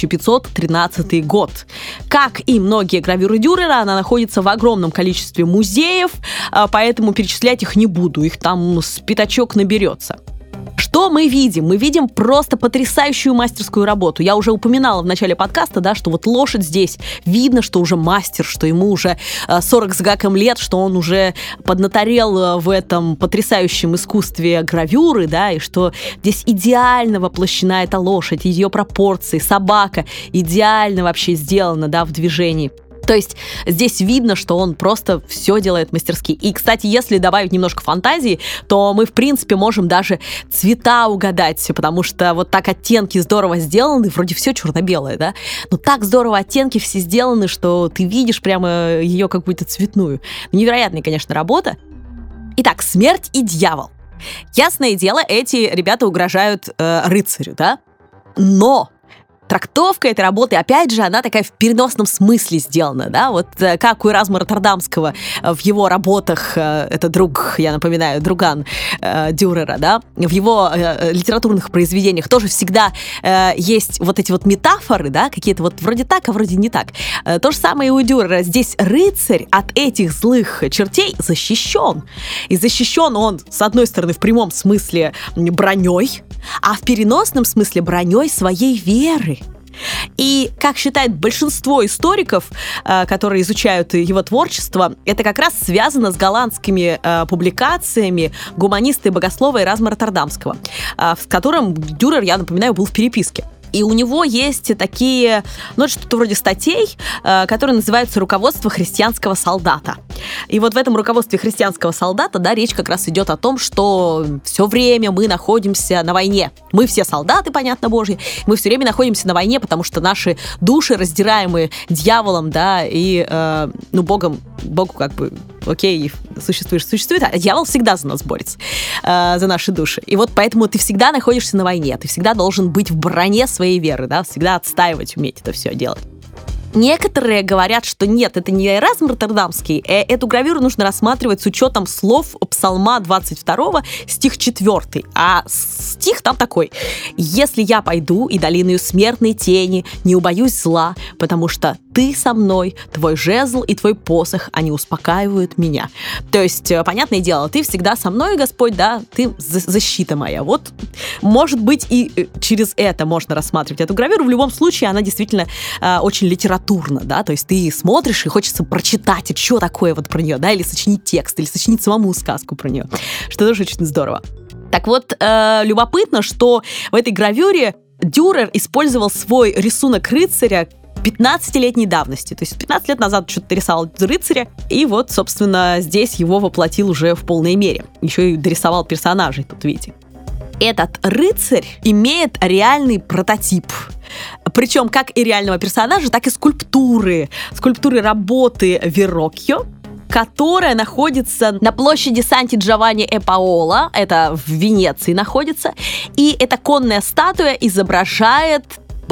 1513 год. Как и многие гравюры Дюрера, она находится в огромном количестве музеев, поэтому перечислять их не буду, их там с пятачок наберется. Что мы видим? Мы видим просто потрясающую мастерскую работу. Я уже упоминала в начале подкаста, да, что вот лошадь здесь видно, что уже мастер, что ему уже 40 с гаком лет, что он уже поднаторел в этом потрясающем искусстве гравюры, да, и что здесь идеально воплощена эта лошадь, ее пропорции, собака идеально вообще сделана, да, в движении. То есть здесь видно, что он просто все делает мастерски. И, кстати, если добавить немножко фантазии, то мы, в принципе, можем даже цвета угадать, потому что вот так оттенки здорово сделаны, вроде все черно-белое, да, но так здорово оттенки все сделаны, что ты видишь прямо ее какую-то цветную. Невероятная, конечно, работа. Итак, смерть и дьявол. Ясное дело, эти ребята угрожают рыцарю, да, но трактовка этой работы, опять же, она такая в переносном смысле сделана, да, вот как у Эразма Роттердамского в его работах, это друг, я напоминаю, друган Дюрера, да, в его литературных произведениях тоже всегда есть вот эти вот метафоры, да, какие-то вот вроде так, а вроде не так. То же самое и у Дюрера. Здесь рыцарь от этих злых чертей защищен. И защищен он, с одной стороны, в прямом смысле броней, а в переносном смысле броней своей веры. И, как считает большинство историков, которые изучают его творчество, это как раз связано с голландскими публикациями гуманиста и богослова Эразма Роттердамского, с которым Дюрер, я напоминаю, был в переписке. И у него есть такие, ну, что-то вроде статей, которые называются «Руководство христианского солдата». И вот в этом руководстве христианского солдата, да, речь как раз идет о том, что все время мы находимся на войне. Мы все солдаты, понятно, Божьи, мы все время находимся на войне, потому что наши души, раздираемые дьяволом, да, и, Богу как бы, окей, существует, а дьявол всегда за нас борется, за наши души. И вот поэтому ты всегда находишься на войне, ты всегда должен быть в броне своей веры, да, всегда отстаивать, уметь это все делать. Некоторые говорят, что нет, это не Эразм Роттердамский, эту гравюру нужно рассматривать с учетом слов Псалма 22, стих 4. А стих там такой: «Если я пойду и долиною смертной тени, не убоюсь зла, потому что ты со мной, твой жезл и твой посох, они успокаивают меня». То есть, понятное дело, ты всегда со мной, Господь, да, ты защита моя. Вот, может быть, и через это можно рассматривать эту гравюру. В любом случае, она действительно очень литературна, да, то есть ты смотришь и хочется прочитать, что такое вот про нее, да, или сочинить текст, или сочинить самому сказку про нее, что тоже очень здорово. Так вот, любопытно, что в этой гравюре Дюрер использовал свой рисунок рыцаря 15-летней давности. То есть 15 лет назад что-то рисовал рыцаря, и вот, собственно, здесь его воплотил уже в полной мере. Еще и дорисовал персонажей, тут видите. Этот рыцарь имеет реальный прототип. Причем как и реального персонажа, так и скульптуры. Скульптуры работы Вероккьо. которая находится на площади Санти-Джованни-э-Паоло, это в Венеции находится, и эта конная статуя изображает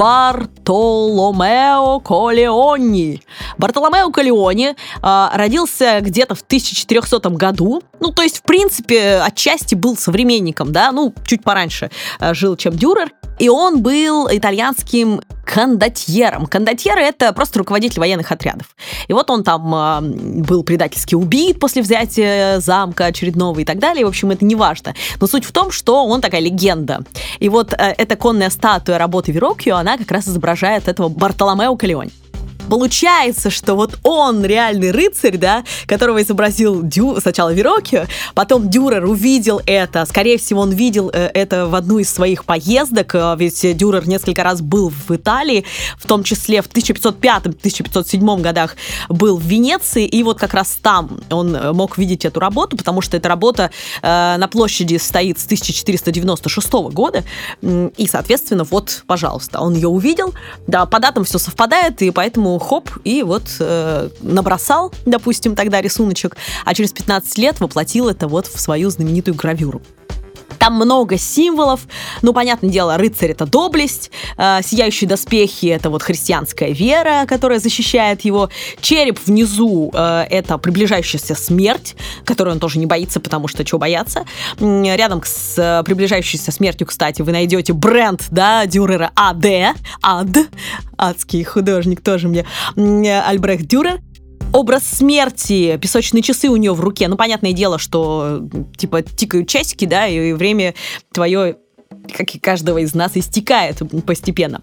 Бартоломео Колеони. Бартоломео Колеони родился где-то в 1400 году. Ну, то есть, в принципе, отчасти был современником, да, ну, чуть пораньше жил, чем Дюрер. И он был итальянским кондотьером. Кондотьеры — это просто руководитель военных отрядов. И вот он там был предательски убит после взятия замка очередного и так далее. В общем, это не важно. Но суть в том, что он такая легенда. И вот эта конная статуя работы Вероккио, она как раз изображает этого Бартоломео Колеони. Получается, что вот он реальный рыцарь, да, которого изобразил сначала Вероккио, потом Дюрер увидел это, скорее всего, он видел это в одну из своих поездок, ведь Дюрер несколько раз был в Италии, в том числе в 1505-1507 годах был в Венеции, и вот как раз там он мог видеть эту работу, потому что эта работа на площади стоит с 1496 года, и, соответственно, вот, пожалуйста, он ее увидел, да, по датам все совпадает, и поэтому хоп, и вот набросал, допустим, тогда рисуночек, а через 15 лет воплотил это вот в свою знаменитую гравюру. Там много символов. Ну, понятное дело, рыцарь — это доблесть, сияющие доспехи — это вот христианская вера, которая защищает его. Череп внизу — это приближающаяся смерть, которую он тоже не боится, потому что чего бояться. Рядом с приближающейся смертью, кстати, вы найдете бренд, да, Дюрера АД, адский художник тоже мне, Альбрехт Дюрер. Образ смерти, песочные часы у нее в руке. Ну, понятное дело, что типа тикают часики, да, и время твое, как и каждого из нас, истекает постепенно.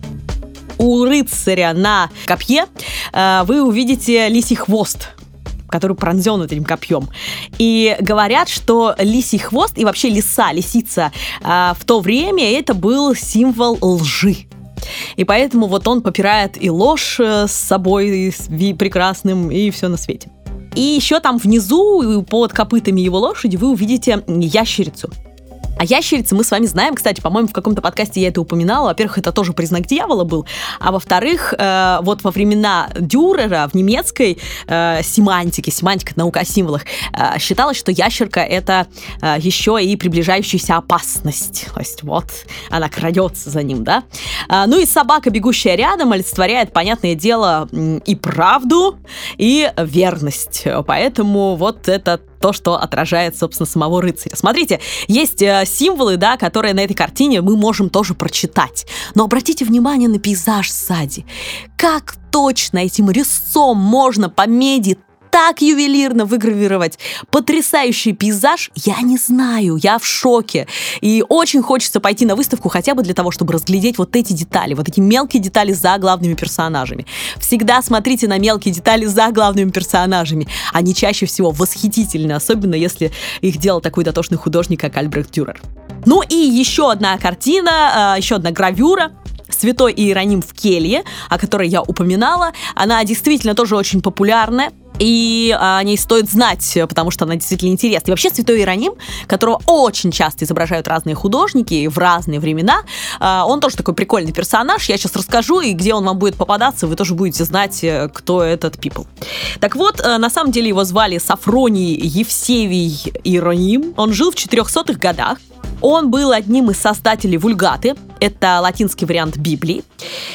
У рыцаря на копье вы увидите лисий хвост, который пронзен этим копьем. И говорят, что лисий хвост и вообще лисица в то время это был символ лжи. И поэтому вот он попирает и ложь с собой прекрасным, и все на свете. И еще там внизу, под копытами его лошади, вы увидите ящерицу. А ящерицы мы с вами знаем, кстати, по-моему, в каком-то подкасте я это упоминала. Во-первых, это тоже признак дьявола был. А во-вторых, вот во времена Дюрера в немецкой семантика — наука о символах, считалось, что ящерка — это еще и приближающаяся опасность. То есть вот она крадется за ним, да? Ну и собака, бегущая рядом, олицетворяет, понятное дело, и правду, и верность. Поэтому вот это то, что отражает, собственно, самого рыцаря. Смотрите, есть символы, да, которые на этой картине мы можем тоже прочитать. Но обратите внимание на пейзаж сзади. Как точно этим резцом можно по меди так ювелирно выгравировать потрясающий пейзаж, я не знаю, я в шоке. И очень хочется пойти на выставку хотя бы для того, чтобы разглядеть вот эти детали, вот эти мелкие детали за главными персонажами. Всегда смотрите на мелкие детали за главными персонажами. Они чаще всего восхитительны, особенно если их делал такой дотошный художник, как Альбрехт Дюрер. Ну и еще одна картина, еще одна гравюра. Святой Иероним в келье, о которой я упоминала. Она действительно тоже очень популярная. И о ней стоит знать, потому что она действительно интересна. И вообще Святой Иероним, которого очень часто изображают разные художники в разные времена, он тоже такой прикольный персонаж. Я сейчас расскажу, и где он вам будет попадаться, вы тоже будете знать, кто этот people. Так вот, на самом деле его звали Сафроний Евсевий Иероним. Он жил в 400-х годах. Он был одним из создателей Вульгаты, это латинский вариант Библии,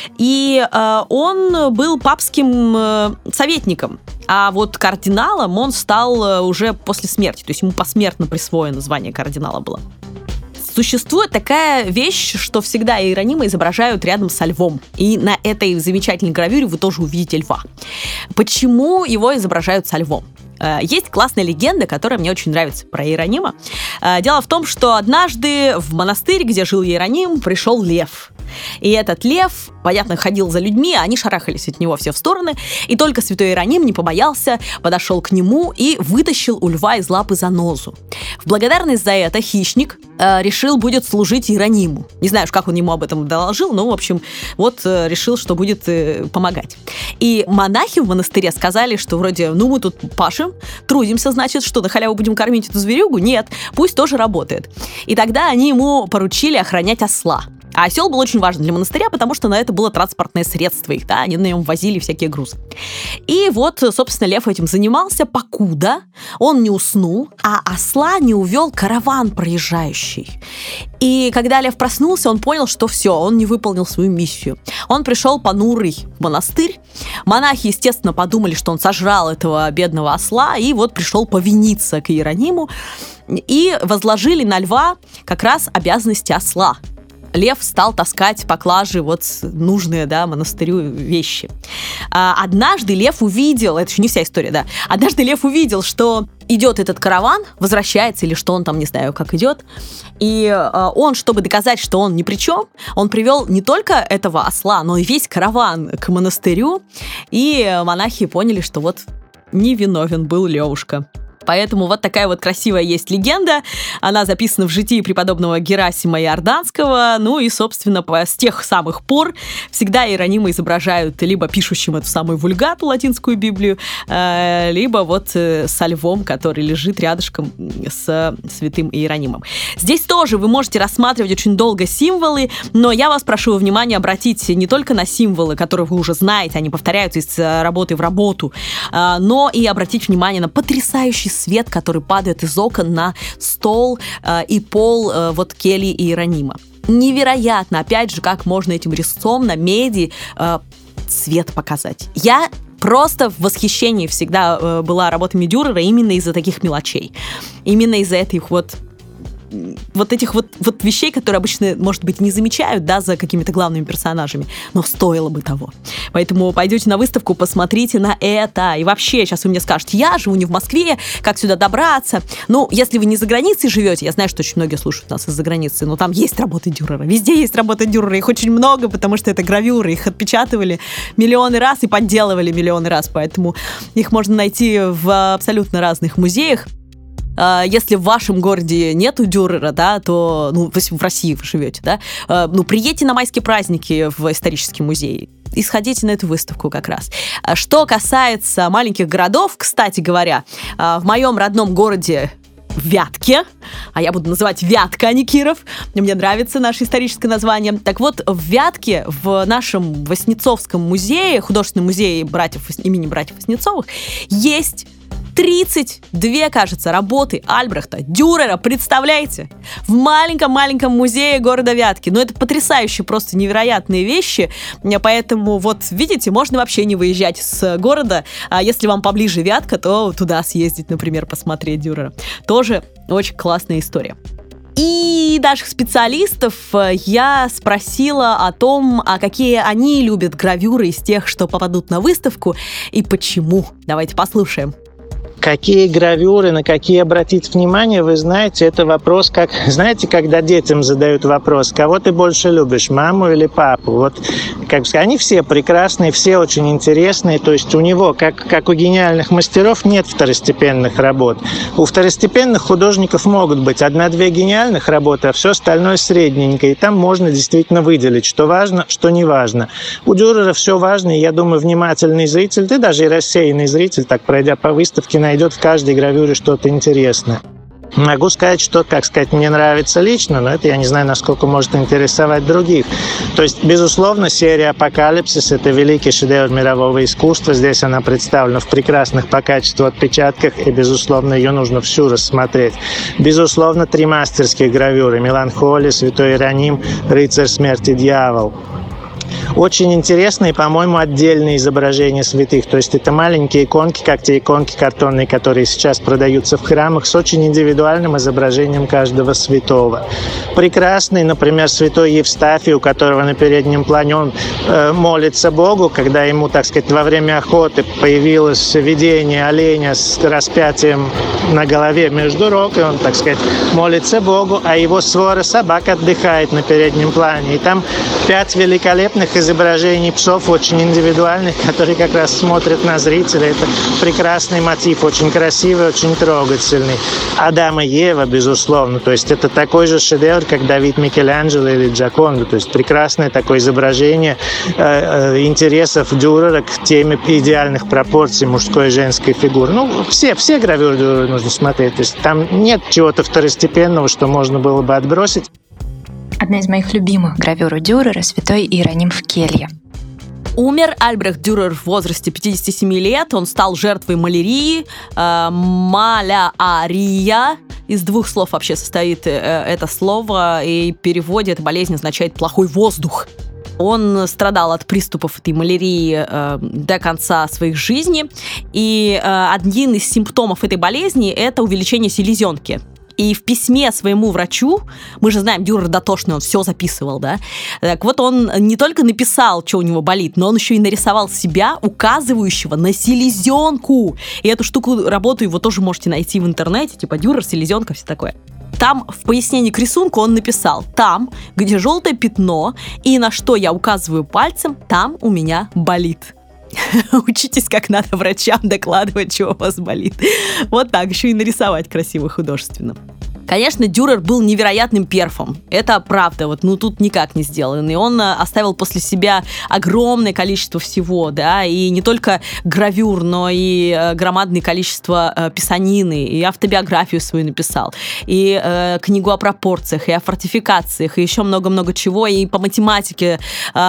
и он был папским советником, а вот кардиналом он стал уже после смерти, то есть ему посмертно присвоено звание кардинала было. Существует такая вещь, что всегда Иеронима изображают рядом со львом, и на этой замечательной гравюре вы тоже увидите льва. Почему его изображают со львом? Есть классная легенда, которая мне очень нравится про Иеронима. Дело в том, что однажды в монастырь, где жил Иероним, пришел лев. И этот лев, понятно, ходил за людьми, а они шарахались от него все в стороны. И только святой Иероним не побоялся, подошел к нему и вытащил у льва из лапы занозу. В благодарность за это хищник решил будет служить Иерониму. Не знаю, как он ему об этом доложил, но, в общем, вот решил, что будет помогать. И монахи в монастыре сказали, что вроде, ну, мы тут пашем, трудимся, значит, что, на халяву будем кормить эту зверюгу? Нет, пусть тоже работает. И тогда они ему поручили охранять осла. А осел был очень важен для монастыря, потому что на это было транспортное средство их, да, они на нем возили всякие грузы. И вот, собственно, лев этим занимался, покуда он не уснул, а осла не увел караван проезжающий. И когда лев проснулся, он понял, что все, он не выполнил свою миссию. Он пришел понурый в монастырь. Монахи, естественно, подумали, что он сожрал этого бедного осла, и вот пришел повиниться к Иерониму. И возложили на льва как раз обязанности осла. Лев стал таскать поклажи вот нужные, да, монастырю вещи. Однажды лев увидел, это еще не вся история, да, однажды лев увидел, что идет этот караван, возвращается, или что он там, не знаю, как идет, и он, чтобы доказать, что он ни при чем, он привел не только этого осла, но и весь караван к монастырю, и монахи поняли, что вот невиновен был Левушка. Поэтому вот такая вот красивая есть легенда. Она записана в житии преподобного Герасима Иорданского. Ну и, собственно, с тех самых пор всегда Иеронима изображают либо пишущим эту самую вульгату, латинскую Библию, либо вот со львом, который лежит рядышком с святым Иеронимом. Здесь тоже вы можете рассматривать очень долго символы, но я вас прошу внимание обратить не только на символы, которые вы уже знаете, они повторяются из работы в работу, но и обратить внимание на потрясающий свет, который падает из окон на стол и пол вот кельи Иеронима. Невероятно, опять же, как можно этим резцом на меди цвет показать. Я просто в восхищении всегда была работами Дюрера именно из-за таких мелочей. Именно из-за этих вот этих вот вещей, которые обычно, может быть, не замечают, да, за какими-то главными персонажами, но стоило бы того. Поэтому пойдете на выставку, посмотрите на это. И вообще, сейчас вы мне скажете, я живу не в Москве, как сюда добраться? Ну, если вы не за границей живете, я знаю, что очень многие слушают нас из-за границы, но там есть работы Дюрера, везде есть работы Дюрера, их очень много, потому что это гравюры, их отпечатывали миллионы раз и подделывали миллионы раз, поэтому их можно найти в абсолютно разных музеях. Если в вашем городе нету Дюрера, да, то, ну, если в России вы живете, да, ну, приедьте на майские праздники в исторический музей и сходите на эту выставку как раз. Что касается маленьких городов, кстати говоря, в моем родном городе Вятке, а я буду называть Вятка, а не Киров, мне нравится наше историческое название. Так вот, в Вятке, в нашем Васнецовском музее, художественном музее имени братьев Васнецовых, есть 32, кажется, работы Альбрехта Дюрера, представляете? В маленьком-маленьком музее города Вятки. Ну, это потрясающие, просто невероятные вещи. Поэтому, вот, видите, можно вообще не выезжать с города. А если вам поближе Вятка, то туда съездить, например, посмотреть Дюрера. Тоже очень классная история. И наших специалистов я спросила о том, какие они любят гравюры из тех, что попадут на выставку, и почему. Давайте послушаем. Какие гравюры, на какие обратить внимание, вы знаете, это вопрос, как, знаете, когда детям задают вопрос, кого ты больше любишь, маму или папу? Вот, как сказать, они все прекрасные, все очень интересные, то есть у него, как у гениальных мастеров, нет второстепенных работ. У второстепенных художников могут быть 1-2 гениальных работы, а все остальное средненькое, и там можно действительно выделить, что важно, что не важно. У Дюрера все важно, и я думаю, внимательный зритель, да даже и рассеянный зритель, так пройдя по выставке, найдет в каждой гравюре что-то интересное. Могу сказать, что, как сказать, мне нравится лично, но это я не знаю, насколько может интересовать других. То есть, безусловно, серия «Апокалипсис» — это великий шедевр мирового искусства. Здесь она представлена в прекрасных по качеству отпечатках, и, безусловно, ее нужно всю рассмотреть. Безусловно, 3 мастерские гравюры: «Меланхолия», «Святой Иероним», «Рыцарь смерти, дьявол». Очень интересные, по-моему, отдельные изображения святых. То есть это маленькие иконки, как те иконки картонные, которые сейчас продаются в храмах, с очень индивидуальным изображением каждого святого. Прекрасный, например, святой Евстафий, у которого на переднем плане он молится Богу, когда ему, так сказать, во время охоты появилось видение оленя с распятием на голове между рог, и он, так сказать, молится Богу, а его свора собак отдыхает на переднем плане. И там 5 великолепных изображений псов, очень индивидуальных, которые как раз смотрят на зрителя. Это прекрасный мотив, очень красивый, очень трогательный. Адам и Ева, безусловно. То есть это такой же шедевр, как Давид Микеланджело или Джакондо. То есть прекрасное такое изображение интересов Дюрера к теме идеальных пропорций мужской и женской фигуры. Ну, все гравюры Дюрера нужно смотреть. То есть там нет чего-то второстепенного, что можно было бы отбросить. Одна из моих любимых гравюр у Дюрера — «Святой Иероним в келье». Умер Альбрехт Дюрер в возрасте 57 лет. Он стал жертвой малярии. Малярия. Из двух слов вообще состоит это слово, и в переводе эта болезнь означает «плохой воздух». Он страдал от приступов этой малярии до конца своих жизни. И один из симптомов этой болезни – это увеличение селезенки. И в письме своему врачу, мы же знаем, Дюрер дотошный, он все записывал, да? Так вот, он не только написал, что у него болит, но он еще и нарисовал себя, указывающего на селезенку. И эту работу его тоже можете найти в интернете, типа Дюрер, селезенка, все такое. Там в пояснении к рисунку он написал: там, где желтое пятно, и на что я указываю пальцем, там у меня болит. Учитесь, как надо врачам докладывать, что у вас болит. Вот так, еще и нарисовать красиво, художественно. Конечно, Дюрер был невероятным перфом. Это правда, тут никак не сделано. И он оставил после себя огромное количество всего, да, и не только гравюр, но и громадное количество писанины, и автобиографию свою написал, и книгу о пропорциях, и о фортификациях, и еще много-много чего, и по математике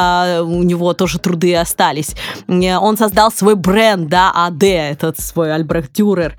у него тоже труды остались. Он создал свой бренд, да, АД, этот свой Альбрехт Дюрер,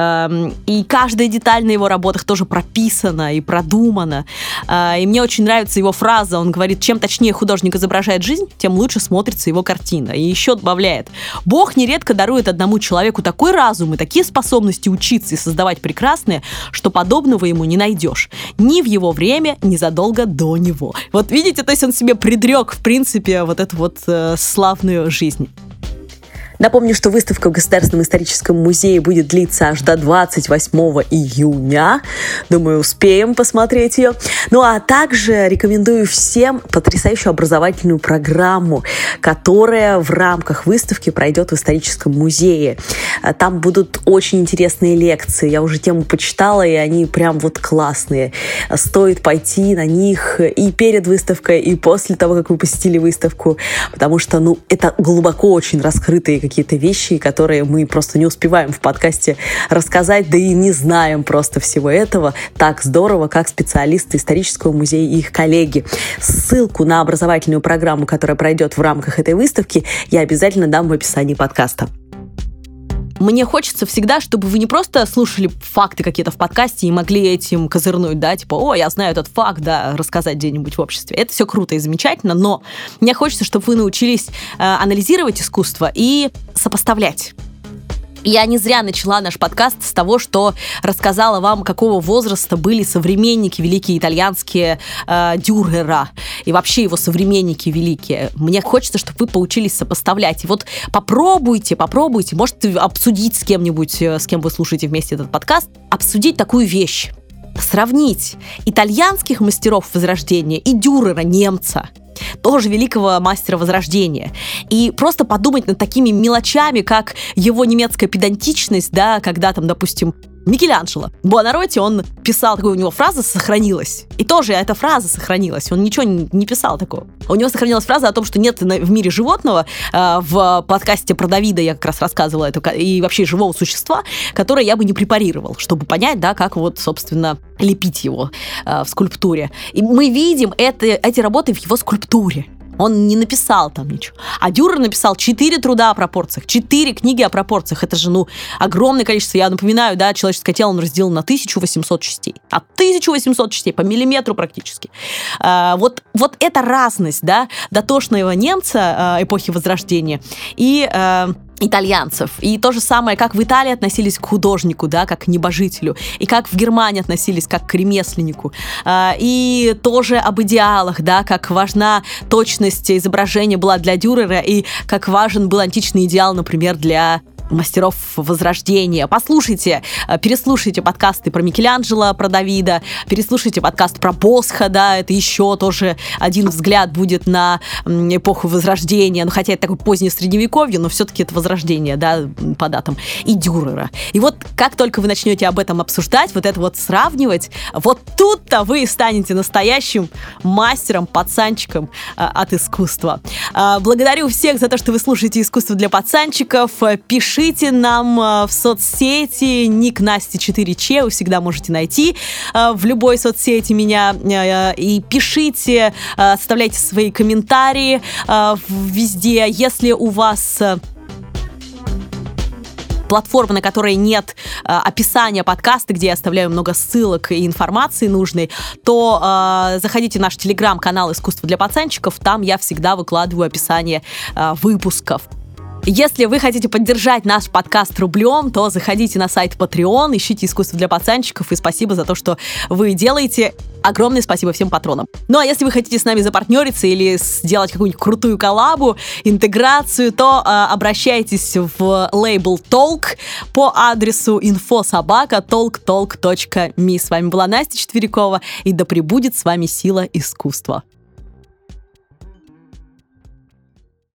и каждая деталь на его работах тоже прописана и продумано. И мне очень нравится его фраза. Он говорит: чем точнее художник изображает жизнь, тем лучше смотрится его картина. И еще добавляет: Бог нередко дарует одному человеку такой разум и такие способности учиться и создавать прекрасное, что подобного ему не найдешь. Ни в его время, ни задолго до него. Вот видите, то есть он себе предрек, в принципе, вот эту славную жизнь. Напомню, что выставка в Государственном историческом музее будет длиться аж до 28 июня. Думаю, успеем посмотреть ее. Ну а также рекомендую всем потрясающую образовательную программу, которая в рамках выставки пройдет в историческом музее. Там будут очень интересные лекции. Я уже тему почитала, и они прям классные. Стоит пойти на них и перед выставкой, и после того, как вы посетили выставку, потому что, это глубоко очень раскрытые какие-то вещи, которые мы просто не успеваем в подкасте рассказать, да и не знаем просто всего этого так здорово, как специалисты исторического музея и их коллеги. Ссылку на образовательную программу, которая пройдет в рамках этой выставки, я обязательно дам в описании подкаста. Мне хочется всегда, чтобы вы не просто слушали факты какие-то в подкасте и могли этим козырнуть, да, типа, я знаю этот факт, да, рассказать где-нибудь в обществе. Это все круто и замечательно, но мне хочется, чтобы вы научились анализировать искусство и сопоставлять. Я не зря начала наш подкаст с того, что рассказала вам, какого возраста были современники великие итальянские Дюрера и вообще его современники великие. Мне хочется, чтобы вы поучились сопоставлять. И попробуйте, может, обсудить с кем-нибудь, с кем вы слушаете вместе этот подкаст, обсудить такую вещь. Сравнить итальянских мастеров Возрождения и Дюрера, немца, тоже великого мастера Возрождения. И просто подумать над такими мелочами, как его немецкая педантичность, да, когда там, допустим, Микеланджело. Буонаротти, он писал, такую у него фраза сохранилась. И тоже эта фраза сохранилась. Он ничего не писал такого. У него сохранилась фраза о том, что нет в мире животного. В подкасте про Давида я как раз рассказывала это. И вообще живого существа, которое я бы не препарировал, чтобы понять, да, как собственно, лепить его в скульптуре. И мы видим эти работы в его скульптуре. Он не написал там ничего. А Дюрер написал 4 труда о пропорциях, 4 книги о пропорциях. Это же, огромное количество. Я напоминаю, да, человеческое тело он разделил на 1800 частей. 1800 частей, по миллиметру практически. Вот эта разность, да, дотошного немца эпохи Возрождения и итальянцев. И то же самое, как в Италии относились к художнику, да, как к небожителю, и как в Германии относились как к ремесленнику. И тоже об идеалах, да, как важна точность изображения была для Дюрера, и как важен был античный идеал, например, для мастеров Возрождения. Послушайте, переслушайте подкасты про Микеланджело, про Давида, переслушайте подкаст про Босха, да, это еще тоже один взгляд будет на эпоху Возрождения, хотя это такое позднее Средневековье, но все-таки это Возрождение, да, по датам, и Дюрера. И как только вы начнете об этом обсуждать, сравнивать, тут-то вы станете настоящим мастером, пацанчиком от искусства. Благодарю всех за то, что вы слушаете «Искусство для пацанчиков». Пишите Пишите нам в соцсети, ник Насти 4Ч, вы всегда можете найти в любой соцсети меня. И пишите, оставляйте свои комментарии везде. Если у вас платформа, на которой нет описания подкаста, где я оставляю много ссылок и информации нужной, то заходите в наш телеграм-канал «Искусство для пацанчиков», там я всегда выкладываю описание выпусков. Если вы хотите поддержать наш подкаст рублем, то заходите на сайт Patreon, ищите «Искусство для пацанчиков», и спасибо за то, что вы делаете. Огромное спасибо всем патронам. Ну а если вы хотите с нами запартнериться или сделать какую-нибудь крутую коллабу, интеграцию, то обращайтесь в лейбл Толк по адресу info@talktalk.me. С вами была Настя Четверякова, и да пребудет с вами сила искусства.